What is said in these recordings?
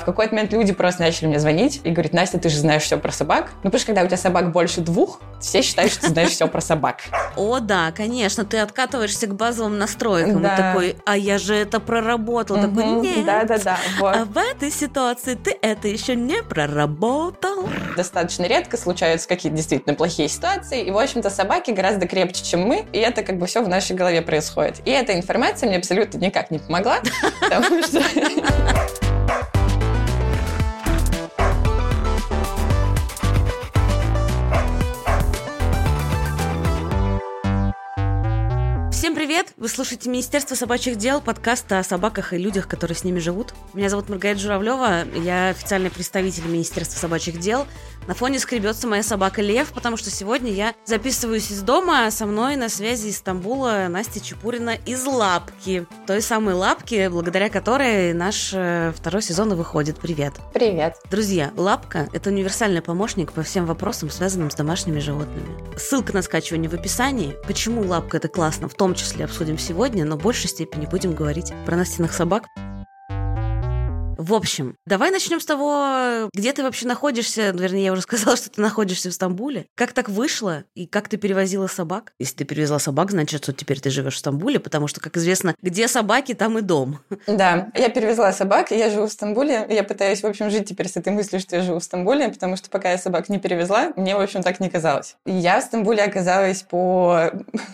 В какой-то момент люди просто начали мне звонить и говорить: Настя, ты же знаешь все про собак. Ну, потому что когда у тебя собак больше 2, все считают, что ты знаешь все про собак. О, да, конечно, ты откатываешься к базовым настройкам. Да. И такой: а я же это проработал. Такой: нет. Да. Вот. А в этой ситуации ты это еще не проработал. Достаточно редко случаются какие-то действительно плохие ситуации. И, в общем-то, собаки гораздо крепче, чем мы. И это как бы все в нашей голове происходит. И эта информация мне абсолютно никак не помогла, потому что... Всем привет! Вы слушаете Министерство собачьих дел, подкаст о собаках и людях, которые с ними живут. Меня зовут Маргарита Журавлева, я официальный представитель Министерства собачьих дел. На фоне скребется моя собака Лев, потому что сегодня я записываюсь из дома, а со мной на связи из Стамбула Настя Чепурина из Лапки. Той самой Лапки, благодаря которой наш второй сезон и выходит. Привет! Привет! Друзья, Лапка – это универсальный помощник по всем вопросам, связанным с домашними животными. Ссылка на скачивание в описании. Почему Лапка – это классно, в том числе обсудим сегодня, но в большей степени будем говорить про Настиных собак. В общем, давай начнем с того, где ты вообще находишься. Вернее, я уже сказала, что ты находишься в Стамбуле. Как так вышло? И как ты перевозила собак? Если ты перевезла собак, значит, что теперь ты живешь в Стамбуле, потому что, как известно, где собаки, там и дом. Да, я перевезла собак, я живу в Стамбуле. Я пытаюсь, в общем, жить теперь с этой мыслью, что я живу в Стамбуле, потому что пока я собак не перевезла, мне, в общем, так не казалось. И я в Стамбуле оказалась по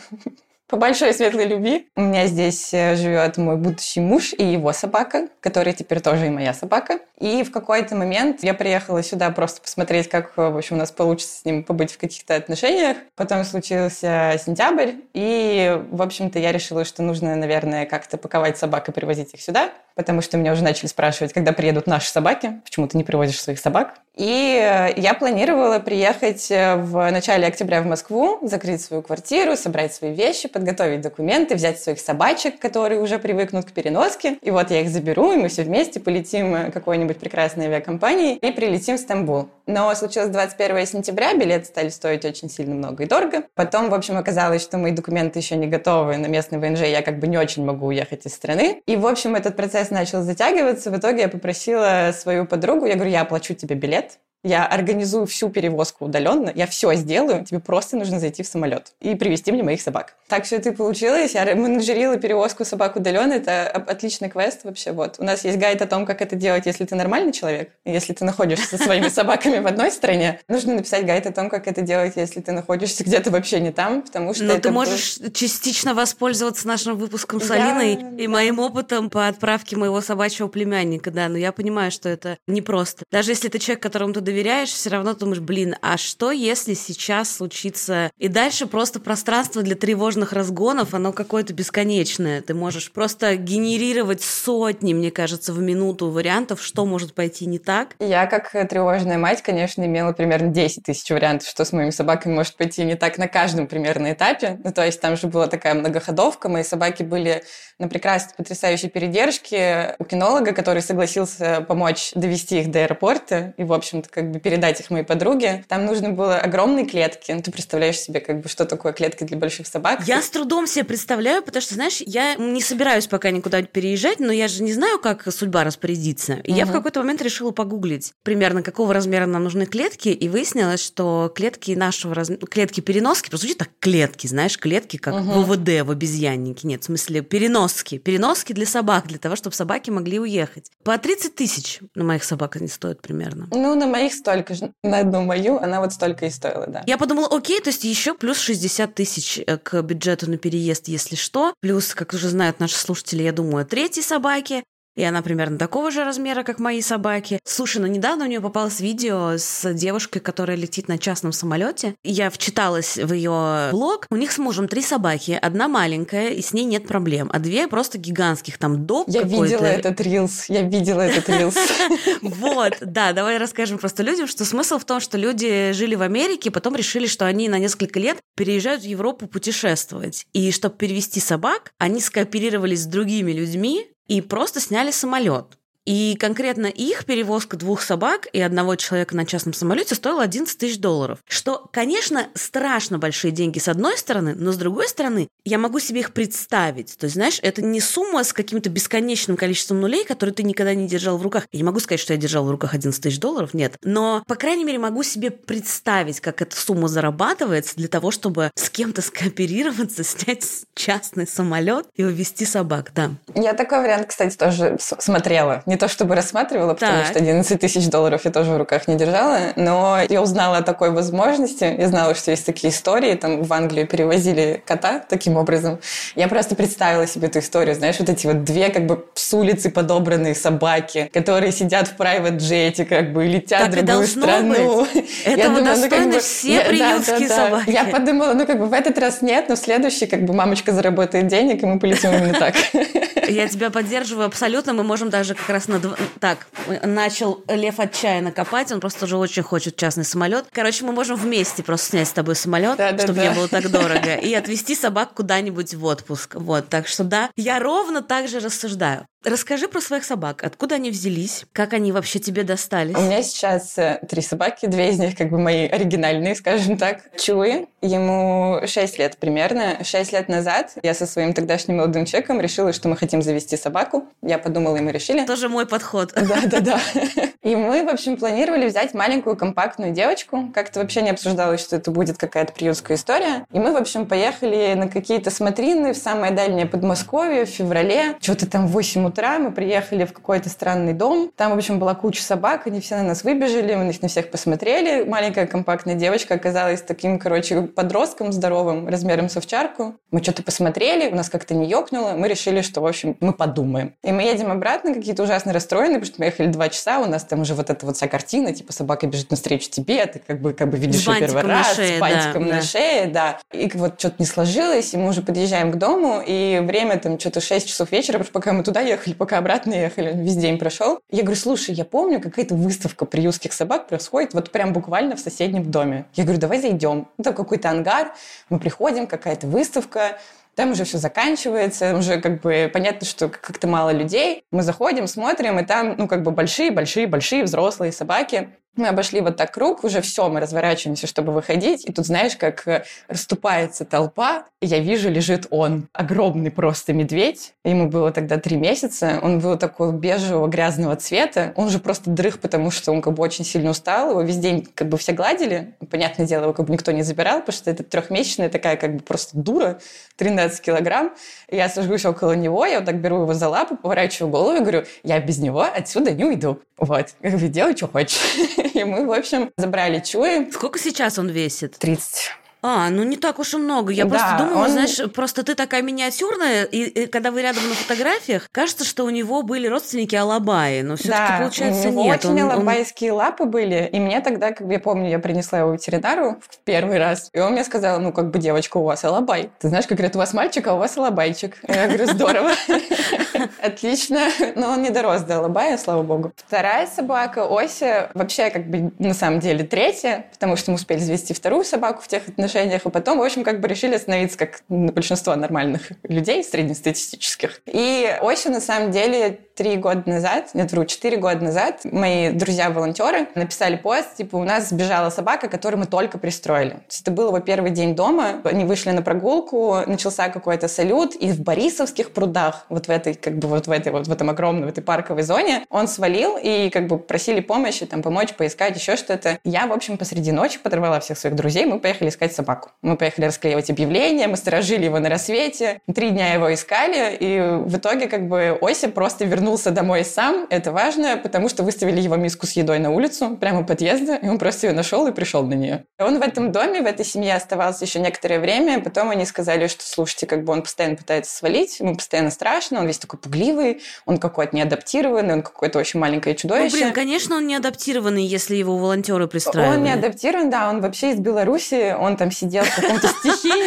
большой светлой любви. У меня здесь живет мой будущий муж и его собака, которая теперь тоже и моя собака. И в какой-то момент я приехала сюда просто посмотреть, как, в общем, у нас получится с ним побыть в каких-то отношениях. Потом случился сентябрь, и, в общем-то, я решила, что нужно, наверное, как-то паковать собак и привозить их сюда, потому что меня уже начали спрашивать, когда приедут наши собаки, почему ты не привозишь своих собак. И я планировала приехать в начале октября в Москву, закрыть свою квартиру, собрать свои вещи, подготовить документы, взять своих собачек, которые уже привыкнут к переноске. И вот я их заберу, и мы все вместе полетим какой-нибудь прекрасной авиакомпанией и прилетим в Стамбул. Но случилось 21 сентября, билеты стали стоить очень сильно много и дорого. Потом, в общем, оказалось, что мои документы еще не готовы на местный ВНЖ, я как бы не очень могу уехать из страны. И, в общем, этот процесс начал затягиваться. В итоге я попросила свою подругу, я говорю: я оплачу тебе билет. Я организую всю перевозку удаленно, я все сделаю, тебе просто нужно зайти в самолет и привезти мне моих собак. Так все это и получилось. Я менеджерила перевозку собак удаленно. Это отличный квест вообще. Вот. У нас есть гайд о том, как это делать, если ты нормальный человек, если ты находишься со своими собаками в одной стране. Нужно написать гайд о том, как это делать, если ты находишься где-то вообще не там, потому что... Но ты можешь частично воспользоваться нашим выпуском с Алиной и моим опытом по отправке моего собачьего племянника, да. Но я понимаю, что это непросто. Даже если ты человек, которому ты доверяешь, все равно думаешь: блин, а что если сейчас случится... И дальше просто пространство для тревожных разгонов, оно какое-то бесконечное. Ты можешь просто генерировать сотни, мне кажется, в минуту вариантов, что может пойти не так. Я, как тревожная мать, конечно, имела примерно 10 тысяч вариантов, что с моими собаками может пойти не так на каждом примерно этапе. Ну, то есть там же была такая многоходовка. Мои собаки были на прекрасной, потрясающей передержке у кинолога, который согласился помочь довести их до аэропорта и, в общем-то, как бы передать их моей подруге. Там нужно было огромные клетки. Ну, ты представляешь себе, как бы, что такое клетки для больших собак? Я с трудом себе представляю, потому что, знаешь, я не собираюсь пока никуда переезжать, но я же не знаю, как судьба распорядится. И я в какой-то момент решила погуглить примерно, какого размера нам нужны клетки, и выяснилось, что клетки нашего размера, клетки переноски, просто звучит так: клетки, знаешь, клетки, как в ВВД, в обезьяннике. Нет, в смысле переноски для собак, для того, чтобы собаки могли уехать. По 30 тысяч на моих собак они стоят примерно. Ну, на моих столько же. На одну мою она вот столько и стоила, да. Я подумала: окей, то есть еще плюс 60 тысяч к бюджету на переезд, если что. Плюс, как уже знают наши слушатели, я думаю, о третьей собаке. И она примерно такого же размера, как мои собаки. Слушай, ну недавно у нее попалось видео с девушкой, которая летит на частном самолете. Я вчиталась в ее блог. У них с мужем 3 собаки. Одна маленькая, и с ней нет проблем. А 2 просто гигантских. Там дог какой-то. Я видела этот рилс. Вот, да, давай расскажем просто людям, что смысл в том, что люди жили в Америке, потом решили, что они на несколько лет переезжают в Европу путешествовать. И чтобы перевезти собак, они скооперировались с другими людьми и просто сняли самолет. И конкретно их перевозка 2 собак и 1 человека на частном самолете стоила $11 тысяч. Что, конечно, страшно большие деньги с одной стороны, но с другой стороны, я могу себе их представить. То есть, знаешь, это не сумма с каким-то бесконечным количеством нулей, которые ты никогда не держал в руках. Я не могу сказать, что я держал в руках $11 тысяч, нет. Но, по крайней мере, могу себе представить, как эта сумма зарабатывается для того, чтобы с кем-то скооперироваться, снять частный самолет и увезти собак, да. Я такой вариант, кстати, тоже смотрела. Не то чтобы рассматривала, потому что $11 тысяч я тоже в руках не держала, но я узнала о такой возможности. Я знала, что есть такие истории. Там в Англию перевозили кота таким образом. Я просто представила себе эту историю. Знаешь, вот эти вот 2 как бы с улицы подобранные собаки, которые сидят в private-джете, как бы, и летят в другую страну. Этого достойны все приютские собаки. Я подумала, в этот раз нет, но в следующий, мамочка заработает денег, и мы полетим именно так. Я тебя поддерживаю абсолютно. Мы можем даже как раз Так, начал Лев отчаянно копать, он просто уже очень хочет частный самолет. Короче, мы можем вместе просто снять с тобой самолет, чтобы не было так дорого, и отвезти собак куда-нибудь в отпуск. Вот, так что да, я ровно так же рассуждаю. Расскажи про своих собак. Откуда они взялись? Как они вообще тебе достались? У меня сейчас 3 собаки, 2 из них мои оригинальные, скажем так. Чуи, ему 6 лет примерно. 6 лет назад я со своим тогдашним молодым человеком решила, что мы хотим завести собаку. Я подумала, и мы решили. Тоже мой подход. Да. И мы, в общем, планировали взять маленькую компактную девочку. Как-то вообще не обсуждалось, что это будет какая-то приютская история. И мы, в общем, поехали на какие-то смотрины в самое дальнее Подмосковье в феврале. Что-то там в 8 утра мы приехали в какой-то странный дом. Там, в общем, была куча собак, они все на нас выбежали, мы их на всех посмотрели. Маленькая компактная девочка оказалась таким, подростком здоровым, размером с овчарку. Мы что-то посмотрели, у нас как-то не ёкнуло. Мы решили, что, в общем, мы подумаем. И мы едем обратно, какие-то ужасно расстроенные, потому что мы ехали 2 часа, у нас там уже вот эта вот вся картина, собака бежит навстречу тебе, ты как бы видишь ее первый раз, с бантиком на шее, да. И вот что-то не сложилось, и мы уже подъезжаем к дому, и время там что-то 6 часов вечера, потому что пока мы туда ехали, пока обратно ехали, весь день прошел. Я говорю, слушай, я помню, какая-то выставка приютских собак происходит вот прям буквально в соседнем доме. Я говорю, давай зайдем. Там какой-то ангар, мы приходим, какая-то выставка, там уже все заканчивается, уже понятно, что как-то мало людей. Мы заходим, смотрим, и там, большие взрослые собаки. Мы обошли вот так круг, уже все, мы разворачиваемся, чтобы выходить, и тут, знаешь, как расступается толпа, и я вижу, лежит он. Огромный просто медведь, ему было тогда 3 месяца, он был такого бежевого грязного цвета, он же просто дрых, потому что он очень сильно устал, его весь день все гладили, понятное дело, его никто не забирал, потому что это 3-месячная такая просто дура, 13 килограмм, и я сажусь около него, я вот так беру его за лапу, поворачиваю голову и говорю, я без него отсюда не уйду. Вот, делай, что хочешь. И мы, в общем, забрали Чуи. Сколько сейчас он весит? 30. Не так уж и много. Я просто думала, знаешь, просто ты такая миниатюрная, и когда вы рядом на фотографиях, кажется, что у него были родственники алабаи, но все-таки получается у него нет. очень алабайские лапы были, и мне тогда, я помню, я принесла его ветеринару в первый раз, и он мне сказал, девочка, у вас алабай. Ты знаешь, как говорят, у вас мальчик, а у вас алабайчик. Я говорю, здорово. Отлично. Но он не дорос до алабая, слава богу. Вторая собака, Ося, вообще, на самом деле, 3-я, потому что мы успели завести 2-ю собаку в тех отношениях, и потом, в общем, решили остановиться, как большинство нормальных людей, среднестатистических. И Ося, на самом деле, 4 года назад мои друзья-волонтеры написали пост, у нас сбежала собака, которую мы только пристроили. То есть это был его первый день дома, они вышли на прогулку, начался какой-то салют, и в Борисовских прудах, в этом огромном, в этой парковой зоне, он свалил, и просили помощи, помочь, поискать, еще что-то. Я, в общем, посреди ночи подорвала всех своих друзей, мы поехали искать собаку. Мы поехали расклеивать объявления, мы сторожили его на рассвете, 3 дня его искали, и в итоге Ося просто вернулся домой сам, это важно, потому что выставили его миску с едой на улицу, прямо у подъезда, и он просто ее нашел и пришел на нее. Он в этом доме, в этой семье оставался еще некоторое время, потом они сказали, что, слушайте, он постоянно пытается свалить, ему постоянно страшно, он весь такой пугливый, он какой-то неадаптированный, он какое-то очень маленькое чудовище. Конечно, он неадаптированный, если его волонтеры пристраивали. Он неадаптирован, да, он вообще из Беларуси, он там сидел в каком-то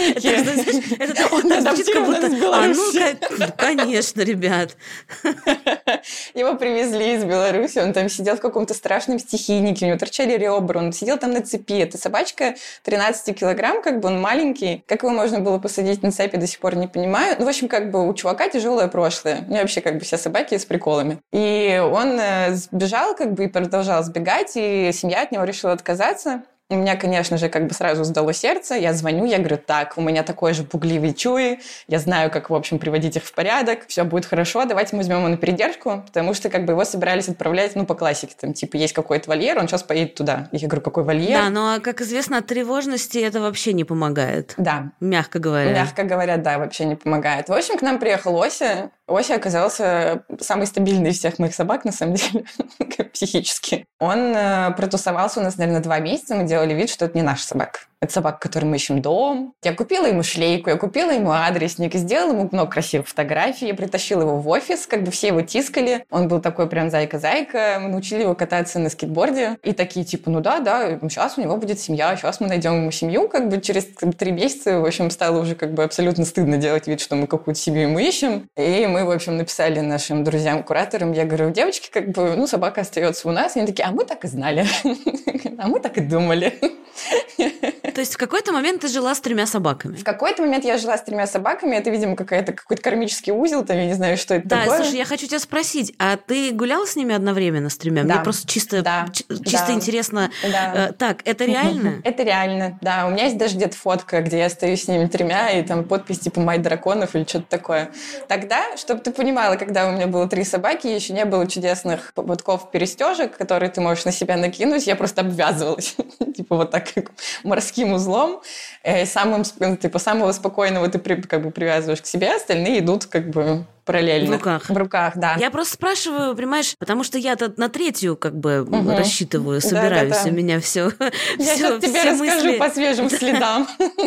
стихийнике. Он адаптирован из Беларуси. Конечно, ребят. Его привезли из Беларуси, он там сидел в каком-то страшном стихийнике, у него торчали ребра, он сидел там на цепи. Это собачка 13 килограмм, как бы он маленький. Как его можно было посадить на цепи, до сих пор не понимаю. Ну, в общем, как бы у чувака тяжелое прошлое. У меня вообще как бы все собаки с приколами. И он сбежал как бы и продолжал сбегать, и семья от него решила отказаться. У меня, конечно же, как бы сразу сдало сердце. Я звоню, я говорю, так, у меня такой же пугливый Чуи, я знаю, как, в общем, приводить их в порядок, все будет хорошо, давайте мы возьмем его на передержку, потому что как бы его собирались отправлять, ну, по классике, там, типа, есть какой-то вольер, он сейчас поедет туда. Я говорю, какой вольер? Да, но, как известно, от тревожности это вообще не помогает. Да. Мягко говоря. Мягко говоря, да, вообще не помогает. В общем, к нам приехал Ося. Ося оказался самый стабильный из всех моих собак, на самом деле, психически. Он протусовался у нас, наверное, 2 месяца, мы делали вид, что это не наша собака. Это собака, которой мы ищем дом. Я купила ему шлейку, я купила ему адресник, сделала ему много красивых фотографий, я притащила его в офис, как бы все его тискали. Он был такой прям зайка-зайка. Мы научили его кататься на скейтборде. И такие типа, ну да, сейчас у него будет семья, сейчас мы найдем ему семью. Как бы через 3 месяца, в общем, стало уже как бы абсолютно стыдно делать вид, что мы какую-то семью ему ищем. И мы, в общем, написали нашим друзьям-кураторам, я говорю, девочки, как бы, ну, собака остается у нас. И они такие, а мы так и знали. А мы так и думали. То есть в какой-то момент ты жила с 3 собаками? В какой-то момент я жила с 3 собаками. Это, видимо, какой-то кармический узел, там, я не знаю, что это такое. Да, слушай, я хочу тебя спросить, а ты гуляла с ними одновременно, с 3? Да. Мне просто чисто интересно. Да. Так, это реально? Это реально, да. У меня есть даже где-то фотка, где я стою с ними 3, и там подпись типа «Мать драконов» или что-то такое. Тогда, чтобы ты понимала, когда у меня было 3 собаки, еще не было чудесных поводков-перестежек, которые ты можешь на себя накинуть. Я просто обвязывалась. Типа вот так, как морским узлом. Самого спокойного ты как бы привязываешь к себе, остальные идут как бы параллельно. В руках. В руках, да. Я просто спрашиваю, понимаешь, потому что я-то на 3 как бы рассчитываю, собираюсь, Да. у меня все. Я сейчас тебе расскажу по свежим следам,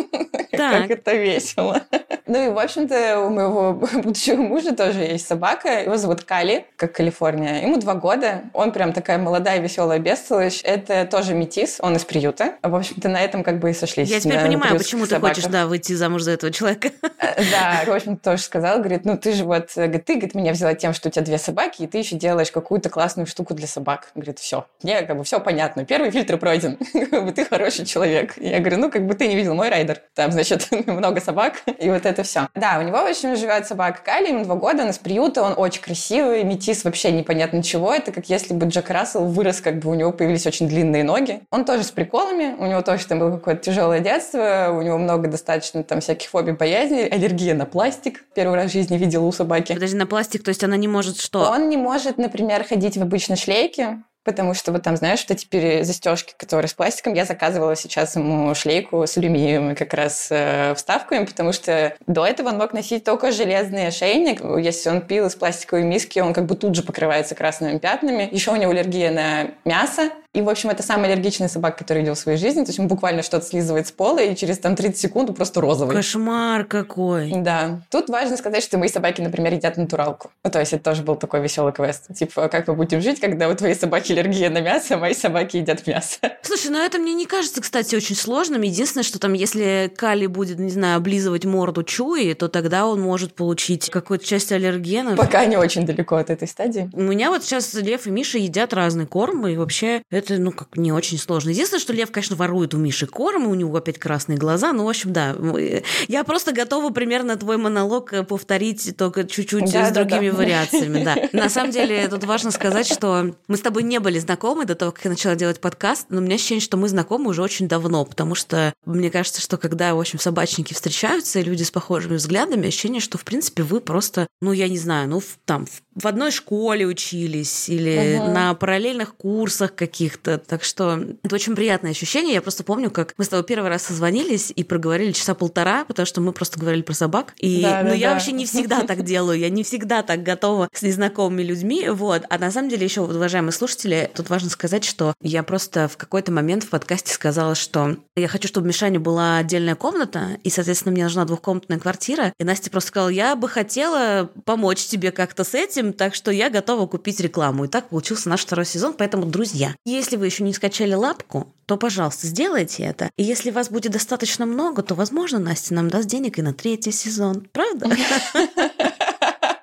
как это весело. Ну и, в общем-то, у моего будущего мужа тоже есть собака. Его зовут Кали, как Калифорния. Ему 2 года. Он прям такая молодая, веселая бестолочь. Это тоже метис, он из приюта. В общем-то, на этом как бы и сошлись. Я теперь понимаю, почему ты хочешь, выйти замуж за этого человека. Да, в общем-то, тоже сказал, говорит, ну ты же вот, ты меня взяла тем, что у тебя 2 собаки, и ты еще делаешь какую-то классную штуку для собак. Говорит, все. Мне как бы все понятно. Первый фильтр пройден. Ты хороший человек. Я говорю, ну как бы ты не видел мой райдер. Там, значит, много собак. И вот это все. Да, у него, в общем, живет собака Кали, ему 2 года, он из приюта, он очень красивый, метис вообще непонятно чего. Это как если бы Джек Рассел вырос, как бы у него появились очень длинные ноги. Он тоже с приколами, у него тоже там было какое-то тяжелое детство, у него много достаточно там всяких фобий, боязней, аллергия на пластик. Первый раз в жизни видела у собаки. Подожди, на пластик, то есть она не может что? Он не может, например, ходить в обычной шлейке, потому что вот там, знаешь, вот эти застежки, которые с пластиком, я заказывала сейчас ему шлейку с алюминиевыми как раз вставками, потому что до этого он мог носить только железный ошейник. Если он пил из пластиковой миски, он как бы тут же покрывается красными пятнами. Еще у него аллергия на мясо. И, в общем, это самая аллергичная собака, которую я видела в своей жизни. То есть он буквально что-то слизывает с пола, и через там 30 секунд он просто розовый. Кошмар какой. Да. Тут важно сказать, что мои собаки, например, едят натуралку. Ну, то есть это тоже был такой веселый квест. Типа, как мы будем жить, когда у твоей собаки аллергия на мясо, а мои собаки едят мясо? Слушай, ну это мне не кажется, кстати, очень сложным. Единственное, что там, если Кали будет, не знаю, облизывать морду Чуи, то тогда он может получить какую-то часть аллергенов. Пока не очень далеко от этой стадии. У меня вот сейчас Лев и Миша едят разный корм, и вообще это, ну, как не очень сложно. Единственное, что Лев, конечно, ворует у Миши корм, и у него опять красные глаза. Ну, в общем, да. Я просто готова примерно твой монолог повторить, только чуть-чуть с другими вариациями. Да. На самом деле, тут важно сказать, что мы с тобой не были знакомы до того, как я начала делать подкаст, но у меня ощущение, что мы знакомы уже очень давно, потому что мне кажется, что когда, в общем, собачники встречаются, и люди с похожими взглядами, ощущение, что, в принципе, вы просто, ну, я не знаю, ну, там, в одной школе учились или на параллельных курсах каких-то. Так что это очень приятное ощущение. Я просто помню, как мы с тобой первый раз созвонились и проговорили 1.5 часа, потому что мы просто говорили про собак. И я вообще не всегда так делаю, я не всегда так готова с незнакомыми людьми. Вот. А на самом деле еще, уважаемые слушатели, тут важно сказать, что я просто в какой-то момент в подкасте сказала, что я хочу, чтобы в Мишане была отдельная комната, и, соответственно, мне нужна 2-комнатная квартира. И Настя просто сказала, я бы хотела помочь тебе как-то с этим, так что я готова купить рекламу. И так получился наш 2-й сезон. Поэтому, друзья, если вы еще не скачали лапку, то, пожалуйста, сделайте это. И если вас будет достаточно много, то, возможно, Настя нам даст денег и на 3-й сезон. Правда?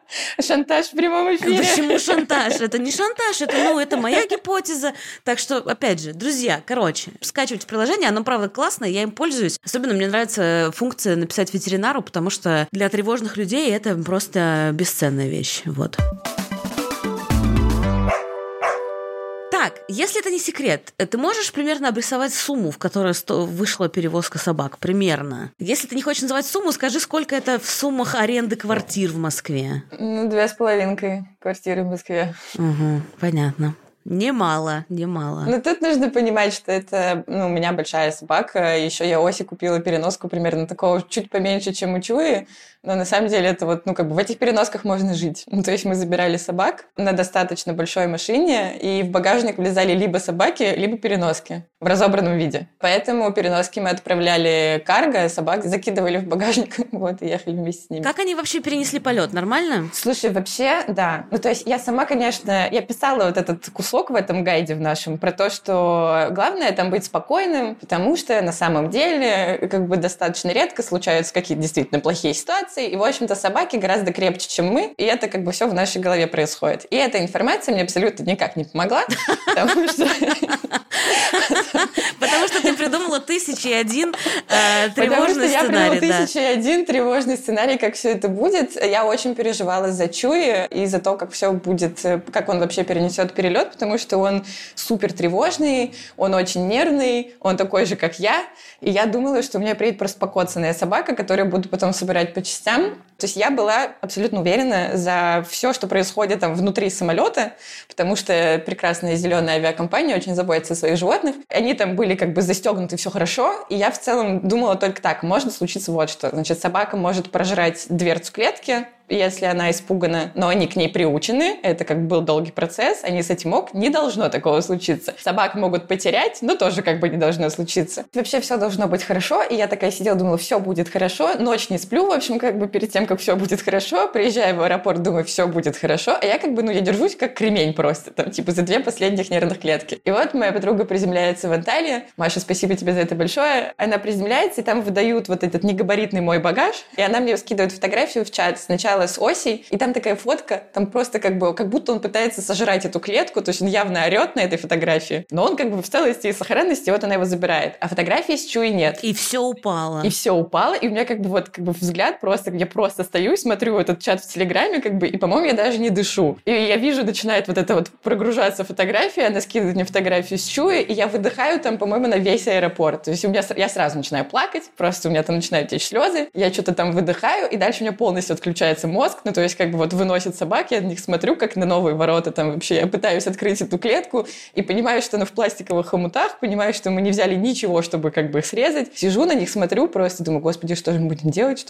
Шантаж в прямом эфире. Почему шантаж? Это не шантаж, это моя гипотеза. Так что, опять же, друзья, скачивайте приложение, оно, правда, классное, я им пользуюсь. Особенно мне нравится функция написать ветеринару, потому что для тревожных людей это просто бесценная вещь. Вот. Так, если это не секрет, ты можешь примерно обрисовать сумму, в которой вышла перевозка собак? Примерно. Если ты не хочешь называть сумму, скажи, сколько это в суммах аренды квартир в Москве? 2,5 квартиры в Москве. Угу, понятно. Немало. Но тут нужно понимать, что это, у меня большая собака. Еще я Осе купила переноску примерно такого чуть поменьше, чем у Чуи. Но на самом деле это в этих переносках можно жить. То есть мы забирали собак на достаточно большой машине, и в багажник влезали либо собаки, либо переноски в разобранном виде. Поэтому переноски мы отправляли карго, собак закидывали в багажник, и ехали вместе с ними. Как они вообще перенесли полет? Нормально? Слушай, вообще, да. То есть я сама, конечно, я писала этот кусок в этом гайде в нашем про то, что главное там быть спокойным, потому что на самом деле достаточно редко случаются какие-то действительно плохие ситуации, и, в общем-то, собаки гораздо крепче, чем мы, и это все в нашей голове происходит. И эта информация мне абсолютно никак не помогла, потому что... Потому что ты придумала 1001 тревожный сценарий. Потому что я придумала 1001 тревожный сценарий, как все это будет. Я очень переживала за Чуи и за то, как все будет, как он вообще перенесет перелет, потому что он супер тревожный, он очень нервный, он такой же, как я. И я думала, что у меня приедет просто покоцанная собака, которую буду потом собирать по частям. То есть я была абсолютно уверена за все, что происходит там внутри самолета, потому что прекрасная зеленая авиакомпания очень заботится о своих животных. Они там были застегнуты, все хорошо, и я в целом думала только так, может случиться вот что. Значит, собака может прожрать дверцу клетки, если она испугана, но они к ней приучены, это был долгий процесс, они с этим не должно такого случиться. Собак могут потерять, но тоже не должно случиться. Вообще все должно быть хорошо, и я такая сидела, думала, все будет хорошо, ночь не сплю, в общем, перед тем, как все будет хорошо, приезжаю в аэропорт, думаю, все будет хорошо, а я я держусь как кремень просто, за 2 последних нервных клетки. И вот моя подруга приземляется в Анталии, Маша, спасибо тебе за это большое, она приземляется, и там выдают этот негабаритный мой багаж, и она мне скидывает фотографию в чат сначала с Осей, и там такая фотка, там просто как будто он пытается сожрать эту клетку, то есть он явно орет на этой фотографии, но он в целости и сохранности, вот она его забирает. А фотографии с Чуи нет. И все упало. И у меня взгляд просто, я просто стою и смотрю этот чат в Телеграме, и, по-моему, я даже не дышу. И я вижу, начинает прогружаться фотография, она скидывает мне фотографию с Чуи, и я выдыхаю там, по-моему, на весь аэропорт. То есть я сразу начинаю плакать, просто у меня там начинают течь слезы, я что-то там выдыхаю, и дальше у меня полностью отключается мозг, то есть выносят собаки, я на них смотрю, как на новые ворота, там вообще я пытаюсь открыть эту клетку и понимаю, что она в пластиковых хомутах, понимаю, что мы не взяли ничего, чтобы их срезать. Сижу на них, смотрю, просто думаю, господи, что же мы будем делать?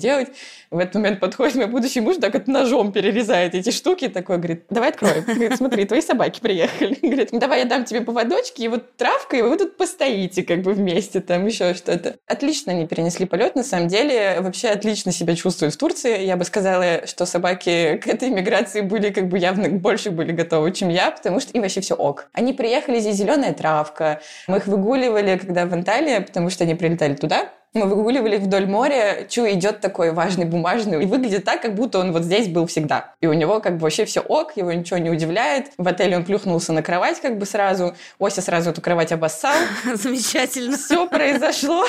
В этот момент подходит мой будущий муж, так ножом перерезает эти штуки, такой, говорит, давай откроем. Говорит, смотри, твои собаки приехали. Говорит, давай я дам тебе поводочки, и травка, и вы тут постоите вместе, там еще что-то. Отлично они перенесли полет, на самом деле, вообще отлично себя чувствуют в Турции. Я бы сказала, что собаки к этой миграции были явно больше были готовы, чем я, потому что им вообще все ок. Они приехали, здесь зеленая травка. Мы их выгуливали, когда в Анталии, потому что они прилетали туда. Мы выгуливали вдоль моря, Чуи идет такой важный, бумажный, и выглядит так, как будто он здесь был всегда. И у него вообще все ок, его ничего не удивляет. В отеле он плюхнулся на кровать сразу. Ося сразу эту кровать обоссал. Замечательно. Все произошло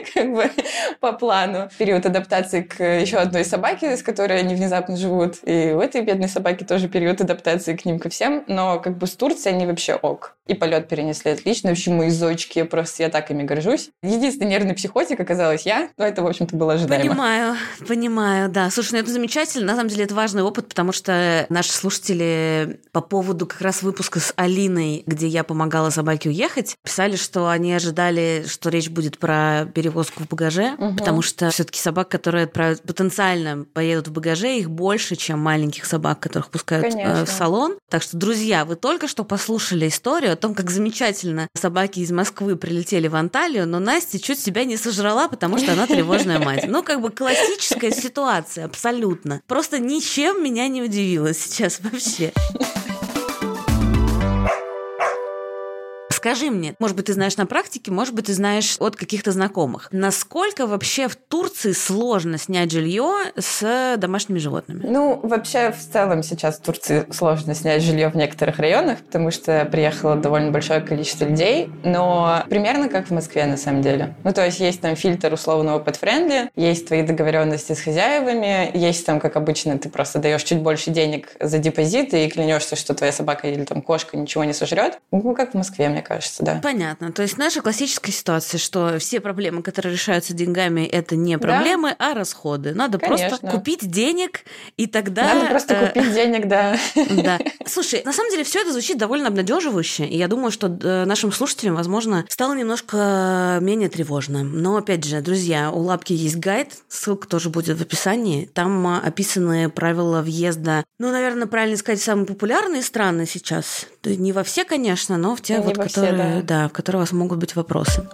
по плану. Период адаптации к еще одной собаке, с которой они внезапно живут. И у этой бедной собаки тоже период адаптации к ним, ко всем. Но с Турцией они вообще ок. И полет перенесли отлично. В общем, мои зодчики, просто я так ими горжусь. Единственный нервный психотик оказалась я, но это, в общем-то, было ожидаемо. Понимаю, да. Слушай, это замечательно. На самом деле, это важный опыт, потому что наши слушатели по поводу как раз выпуска с Алиной, где я помогала собаке уехать, писали, что они ожидали, что речь будет про перевозку в багаже, потому что все-таки собак, которые потенциально поедут в багаже, их больше, чем маленьких собак, которых пускают в салон. Так что, друзья, вы только что послушали историю о том, как замечательно собаки из Москвы прилетели в Анталию, но Настя чуть себя не сожрала, потому что она тревожная мать. Классическая ситуация, абсолютно. Просто ничем меня не удивила сейчас вообще. Скажи мне, может быть, ты знаешь на практике, может быть, ты знаешь от каких-то знакомых, насколько вообще в Турции сложно снять жилье с домашними животными? Ну, вообще, в целом сейчас в Турции сложно снять жилье в некоторых районах, потому что приехало довольно большое количество людей, но примерно как в Москве, на самом деле. Ну, то есть там фильтр условного pet-friendly, есть твои договоренности с хозяевами, есть там, как обычно, ты просто даешь чуть больше денег за депозит и клянешься, что твоя собака или там кошка ничего не сожрет. Ну, как в Москве, мне кажется, да. Понятно. То есть наша классическая ситуация, что все проблемы, которые решаются деньгами, это не проблемы, а расходы. Надо просто купить денег, и тогда... Надо просто купить денег, да. Да. Слушай, на самом деле все это звучит довольно обнадеживающе, и я думаю, что нашим слушателям, возможно, стало немножко менее тревожно. Но, опять же, друзья, у Лапки есть гайд, ссылка тоже будет в описании. Там описаны правила въезда, ну, наверное, правильно сказать, самые популярные страны сейчас. Не во все, конечно, но в те, вот, которые, да, в которые у вас могут быть вопросы.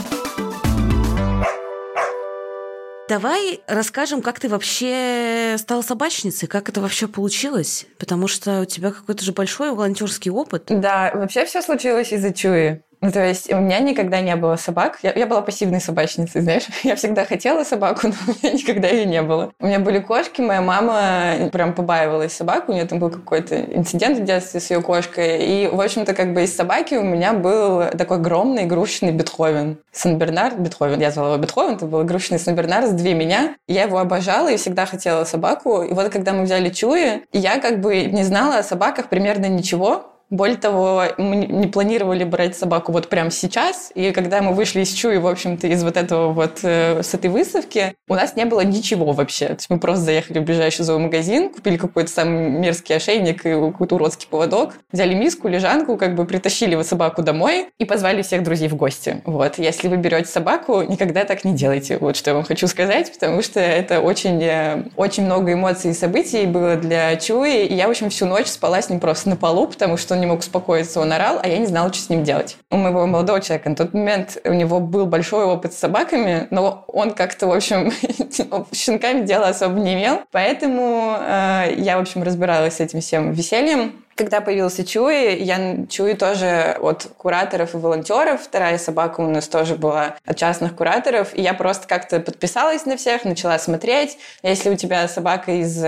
Давай расскажем, как ты вообще стала собачницей, как это вообще получилось, потому что у тебя какой-то же большой волонтерский опыт. Да, вообще все случилось из-за Чуи. Ну, то есть у меня никогда не было собак. Я была пассивной собачницей, знаешь. Я всегда хотела собаку, но у меня никогда ее не было. У меня были кошки, моя мама прям побаивалась собак. У нее там был какой-то инцидент в детстве с ее кошкой. И, в общем-то, как бы из собаки у меня был такой огромный игрушечный Бетховен. Сен-Бернар, Бетховен. Я звала его Бетховен, это был игрушечный Сен-Бернар с две меня. Я его обожала и всегда хотела собаку. И вот когда мы взяли Чуи, я как бы не знала о собаках примерно ничего. Более того, мы не планировали брать собаку вот прямо сейчас, и когда мы вышли из Чуи, в общем-то, из вот этого вот, с этой выставки, у нас не было ничего вообще. То есть мы просто заехали в ближайший зоомагазин, купили какой-то самый мерзкий ошейник и какой-то уродский поводок, взяли миску, лежанку, как бы притащили вот собаку домой и позвали всех друзей в гости. Вот. Если вы берете собаку, никогда так не делайте. Вот что я вам хочу сказать, потому что это очень, очень много эмоций и событий было для Чуи, и я, в общем, всю ночь спала с ним просто на полу, потому что он не мог успокоиться, он орал, а я не знала, что с ним делать. У моего молодого человека на тот момент у него был большой опыт с собаками, но он как-то, в общем, с щенками дела особо не имел. Поэтому я, в общем, разбиралась с этим всем весельем. Когда появился Чуи, я Чуи тоже от кураторов и волонтеров. Вторая собака у нас тоже была от частных кураторов. И я просто как-то подписалась на всех, начала смотреть. Если у тебя собака из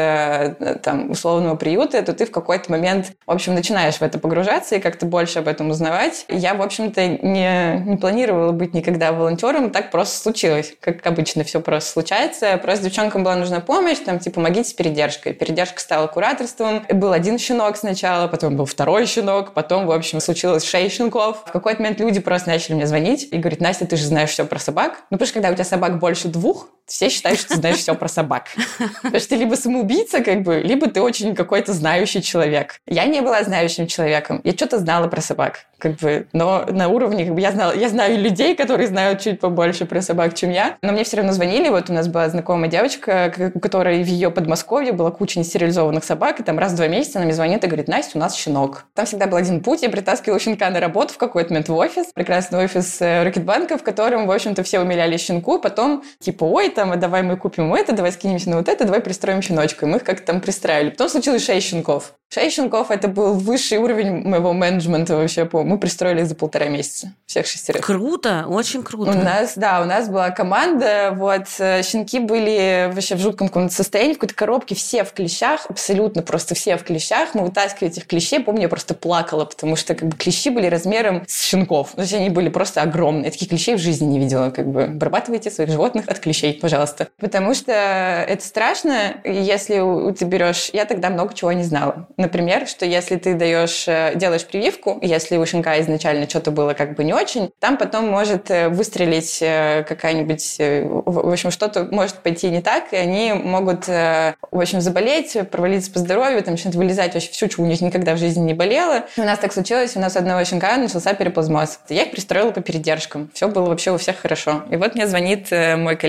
там, условного приюта, то ты в какой-то момент, в общем, начинаешь в это погружаться и как-то больше об этом узнавать. Я, в общем-то, не планировала быть никогда волонтером. Так просто случилось. Как обычно все просто случается. Просто девчонкам была нужна помощь, там, типа, помогите с передержкой. Передержка стала кураторством. Был один щенок сначала, потом был второй щенок, потом, в общем, случилось 6 щенков. В какой-то момент люди просто начали мне звонить и говорить: Настя, ты же знаешь все про собак. Ну, потому что когда у тебя собак больше 2, все считают, что ты знаешь все про собак. Потому что ты либо самоубийца, как бы, либо ты очень какой-то знающий человек. Я не была знающим человеком. Я что-то знала про собак, как бы, но на уровне, как бы, я знаю людей, которые знают чуть побольше про собак, чем я. Но мне все равно звонили. Вот у нас была знакомая девочка, у которой в ее Подмосковье была куча нестерилизованных собак, и там раз в 2 месяца она мне звонит и говорит: Настя, у нас щенок. Там всегда был один путь. Я притаскивала щенка на работу в какой-то момент в офис. Прекрасный офис Рокетбанка, в котором, в общем-то, все умилялись щенку. Потом, типа, ой, там, а давай мы купим это, давай скинемся на вот это, давай пристроим щеночка. И мы их как-то там пристраивали. Потом случилось 6 щенков. 6 щенков – это был высший уровень моего менеджмента вообще. Мы пристроили за 1,5 месяца всех 6. Круто, очень круто. У нас была команда, вот, щенки были вообще в жутком каком-то состоянии, в какой-то коробке, все в клещах, абсолютно просто все в клещах. Мы вытаскивали этих клещей, помню, я просто плакала, потому что как бы клещи были размером с щенков. То есть они были просто огромные. Я таких клещей в жизни не видела. Как бы обрабатывайте своих животных от клещей, пожалуйста. Потому что это страшно, если ты берешь... Я тогда много чего не знала. Например, что если ты делаешь прививку, если у щенка изначально что-то было как бы не очень, там потом может выстрелить какая-нибудь... В общем, что-то может пойти не так, и они могут, в общем, заболеть, провалиться по здоровью, там начнут вылезать вообще все, что у них никогда в жизни не болело. У нас так случилось, у нас у одного щенка начался переплазмоз. Я их пристроила по передержкам. Все было вообще у всех хорошо. И вот мне звонит мой коллега и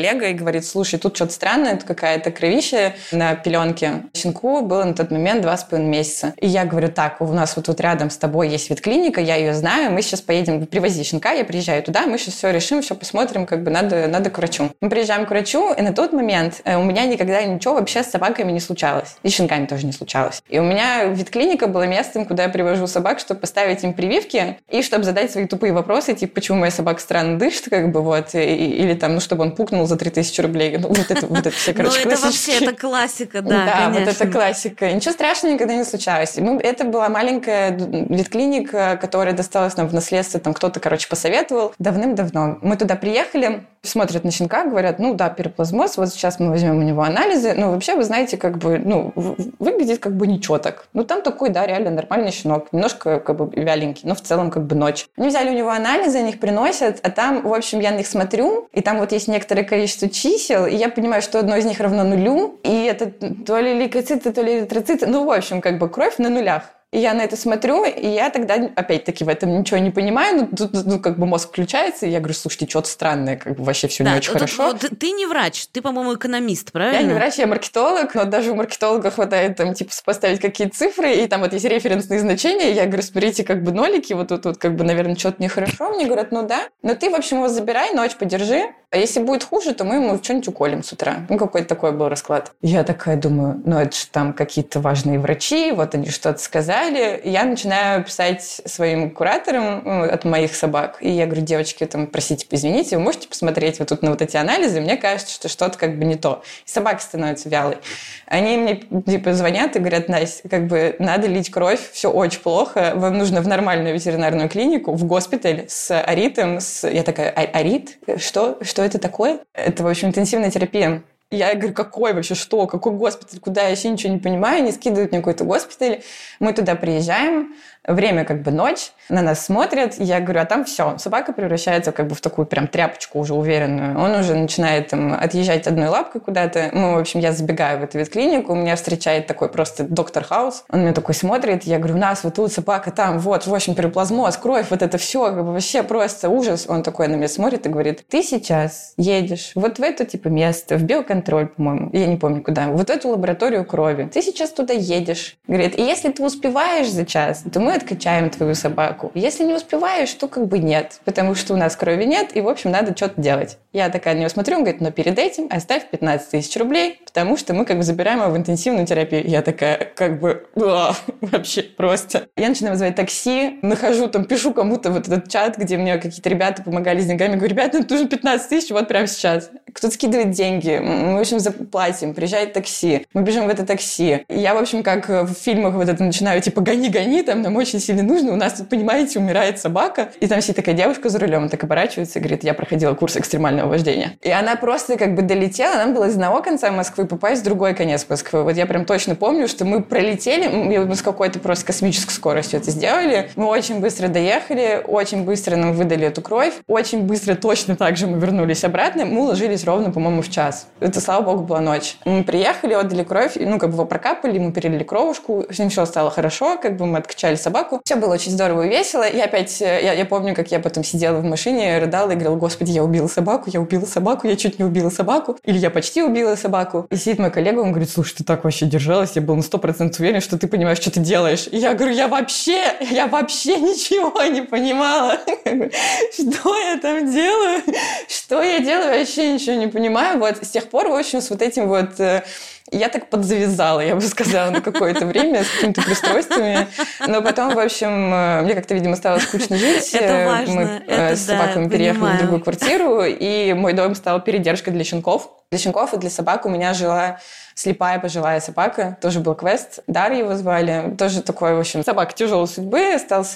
говорит, слушай, тут что-то странное, тут какая-то кровища на пеленке. Щенку было на тот момент 2,5 месяца. И я говорю, так, у нас вот тут рядом с тобой есть ветклиника, я ее знаю, мы сейчас поедем, привози щенка, я приезжаю туда, мы сейчас все решим, все посмотрим, как бы надо к врачу. Мы приезжаем к врачу, и на тот момент у меня никогда ничего вообще с собаками не случалось. И с щенками тоже не случалось. И у меня ветклиника была местом, куда я привожу собак, чтобы поставить им прививки и чтобы задать свои тупые вопросы, типа, почему моя собака странно дышит, как бы, вот, или там, ну, чтобы он пукнул за 3000 рублей. Ну, вот это все, короче, ну, это вообще, это классика, да, да, конечно. вот это классика. Ничего страшного никогда не случалось. Это была маленькая ветклиника, которая досталась нам в наследство, там кто-то, короче, посоветовал давным-давно. Мы туда приехали, смотрят на щенка, говорят, ну, да, пироплазмоз, вот сейчас мы возьмем у него анализы. Ну, вообще, вы знаете, как бы, ну, выглядит как бы ничего так. Ну, там такой, да, реально нормальный щенок. Немножко, как бы, вяленький, но в целом, как бы, ночь. Они взяли у него анализы, они их приносят, а там, в общем, я на них смотрю, и там вот есть некоторое количество чисел, и я понимаю, что одно из них равно 0, и это то ли лейкоциты, то ли эритроциты, ну, в общем, как бы, кровь на нулях. И я на это смотрю, и я тогда, опять-таки, в этом ничего не понимаю. Ну, тут, как бы мозг включается, и я говорю, слушайте, что-то странное, как бы вообще все не очень хорошо. Ты не врач, ты, по-моему, экономист, правильно? Я не врач, я маркетолог, но даже у маркетолога хватает там, типа, поставить какие-то цифры, и там вот есть референсные значения. Я говорю, смотрите, как бы нолики, вот тут, как бы, наверное, что-то нехорошо. Мне говорят, ну да. Но ты, в общем, его забирай, ночь подержи. А если будет хуже, то мы ему что-нибудь уколем с утра. Ну, какой-то такой был расклад. Я такая думаю, ну, это же там какие-то важные врачи, вот они что-то сказали. И я начинаю писать своим кураторам от моих собак. И я говорю, девочки, там, простите, извините, вы можете посмотреть вот тут на вот эти анализы? Мне кажется, что что-то как бы не то. И собака становится вялой. Они мне, типа, звонят и говорят, Настя, как бы надо лить кровь, все очень плохо, вам нужно в нормальную ветеринарную клинику, в госпиталь с аритом. Я такая, арит? Что это такое? Это, в общем, интенсивная терапия. Я говорю, какой вообще, что? Какой госпиталь? Куда? Я вообще ничего не понимаю. Они скидывают мне какой-то госпиталь. Мы туда приезжаем. Время как бы ночь. На нас смотрят. Я говорю, а там все. Собака превращается как бы в такую прям тряпочку уже уверенную. Он уже начинает там отъезжать одной лапкой куда-то. В общем, я забегаю в эту ветклинику. Меня встречает такой просто доктор Хаус. Он меня такой смотрит. Я говорю, у нас вот тут собака, там вот, в общем, пироплазмоз, кровь, вот это все. Как бы вообще просто ужас. Он такой на меня смотрит и говорит, ты сейчас едешь вот в это типа место, в биоконтроль, по-моему. Я не помню куда. Вот в эту лабораторию крови. Ты сейчас туда едешь. Говорит, и если ты успеваешь за час, то мы откачаем твою собаку. Если не успеваешь, то как бы нет, потому что у нас крови нет, и, в общем, надо что-то делать. Я такая на него смотрю, он говорит, но перед этим оставь 15 000 рублей, потому что мы как бы забираем его в интенсивную терапию. Я такая, как бы, вообще просто. Я начинаю вызывать такси, нахожу там, пишу кому-то вот этот чат, где мне какие-то ребята помогали с деньгами, говорю, ребята, ну нужно 15 000, вот прямо сейчас. Кто-то скидывает деньги, мы, в общем, заплатим, приезжает такси, мы бежим в это такси. И я, в общем, как в фильмах вот это начинаю, типа, гони, там нам очень сильно нужно, у нас тут, понимаете, умирает собака. И там сидит такая девушка за рулем, так оборачивается и говорит, я проходила курс экстремального вождения. И она просто как бы долетела, нам было из одного конца Москвы попасть в другой конец Москвы. Вот я прям точно помню, что мы пролетели, мы с какой-то просто космической скоростью это сделали. Мы очень быстро доехали, очень быстро нам выдали эту кровь, очень быстро точно так же мы вернулись обратно. Мы уложились ровно, по-моему, в час. Это, слава богу, была ночь. Мы приехали, отдали кровь, ну, как бы его прокапали, мы перелили кровушку, с ним все стало хорошо, как бы мы откачали собаку. Все было очень здорово и весело. И опять, я помню, как я потом сидела в машине, рыдала и говорила, господи, я убила собаку, я чуть не убила собаку, или я почти убила собаку. И сидит мой коллега, он говорит, слушай, ты так вообще держалась, я был на 100% уверен, что ты понимаешь, что ты делаешь. И я говорю, я вообще ничего не понимала. Что я там делаю? Что я делаю? Вообще ничего не понимаю. Вот с тех пор, в общем, с вот этим вот... Я так подзавязала, я бы сказала, на какое-то время с какими-то пристройствами. Но потом, в общем, мне как-то, видимо, стало скучно жить. Это важно. Мы это, с собаками переехали в другую квартиру, и мой дом стал передержкой для щенков. Для щенков и для собак у меня жила слепая пожилая собака, тоже был квест. Дарья его звали, тоже такой, в общем, собака тяжелой судьбы,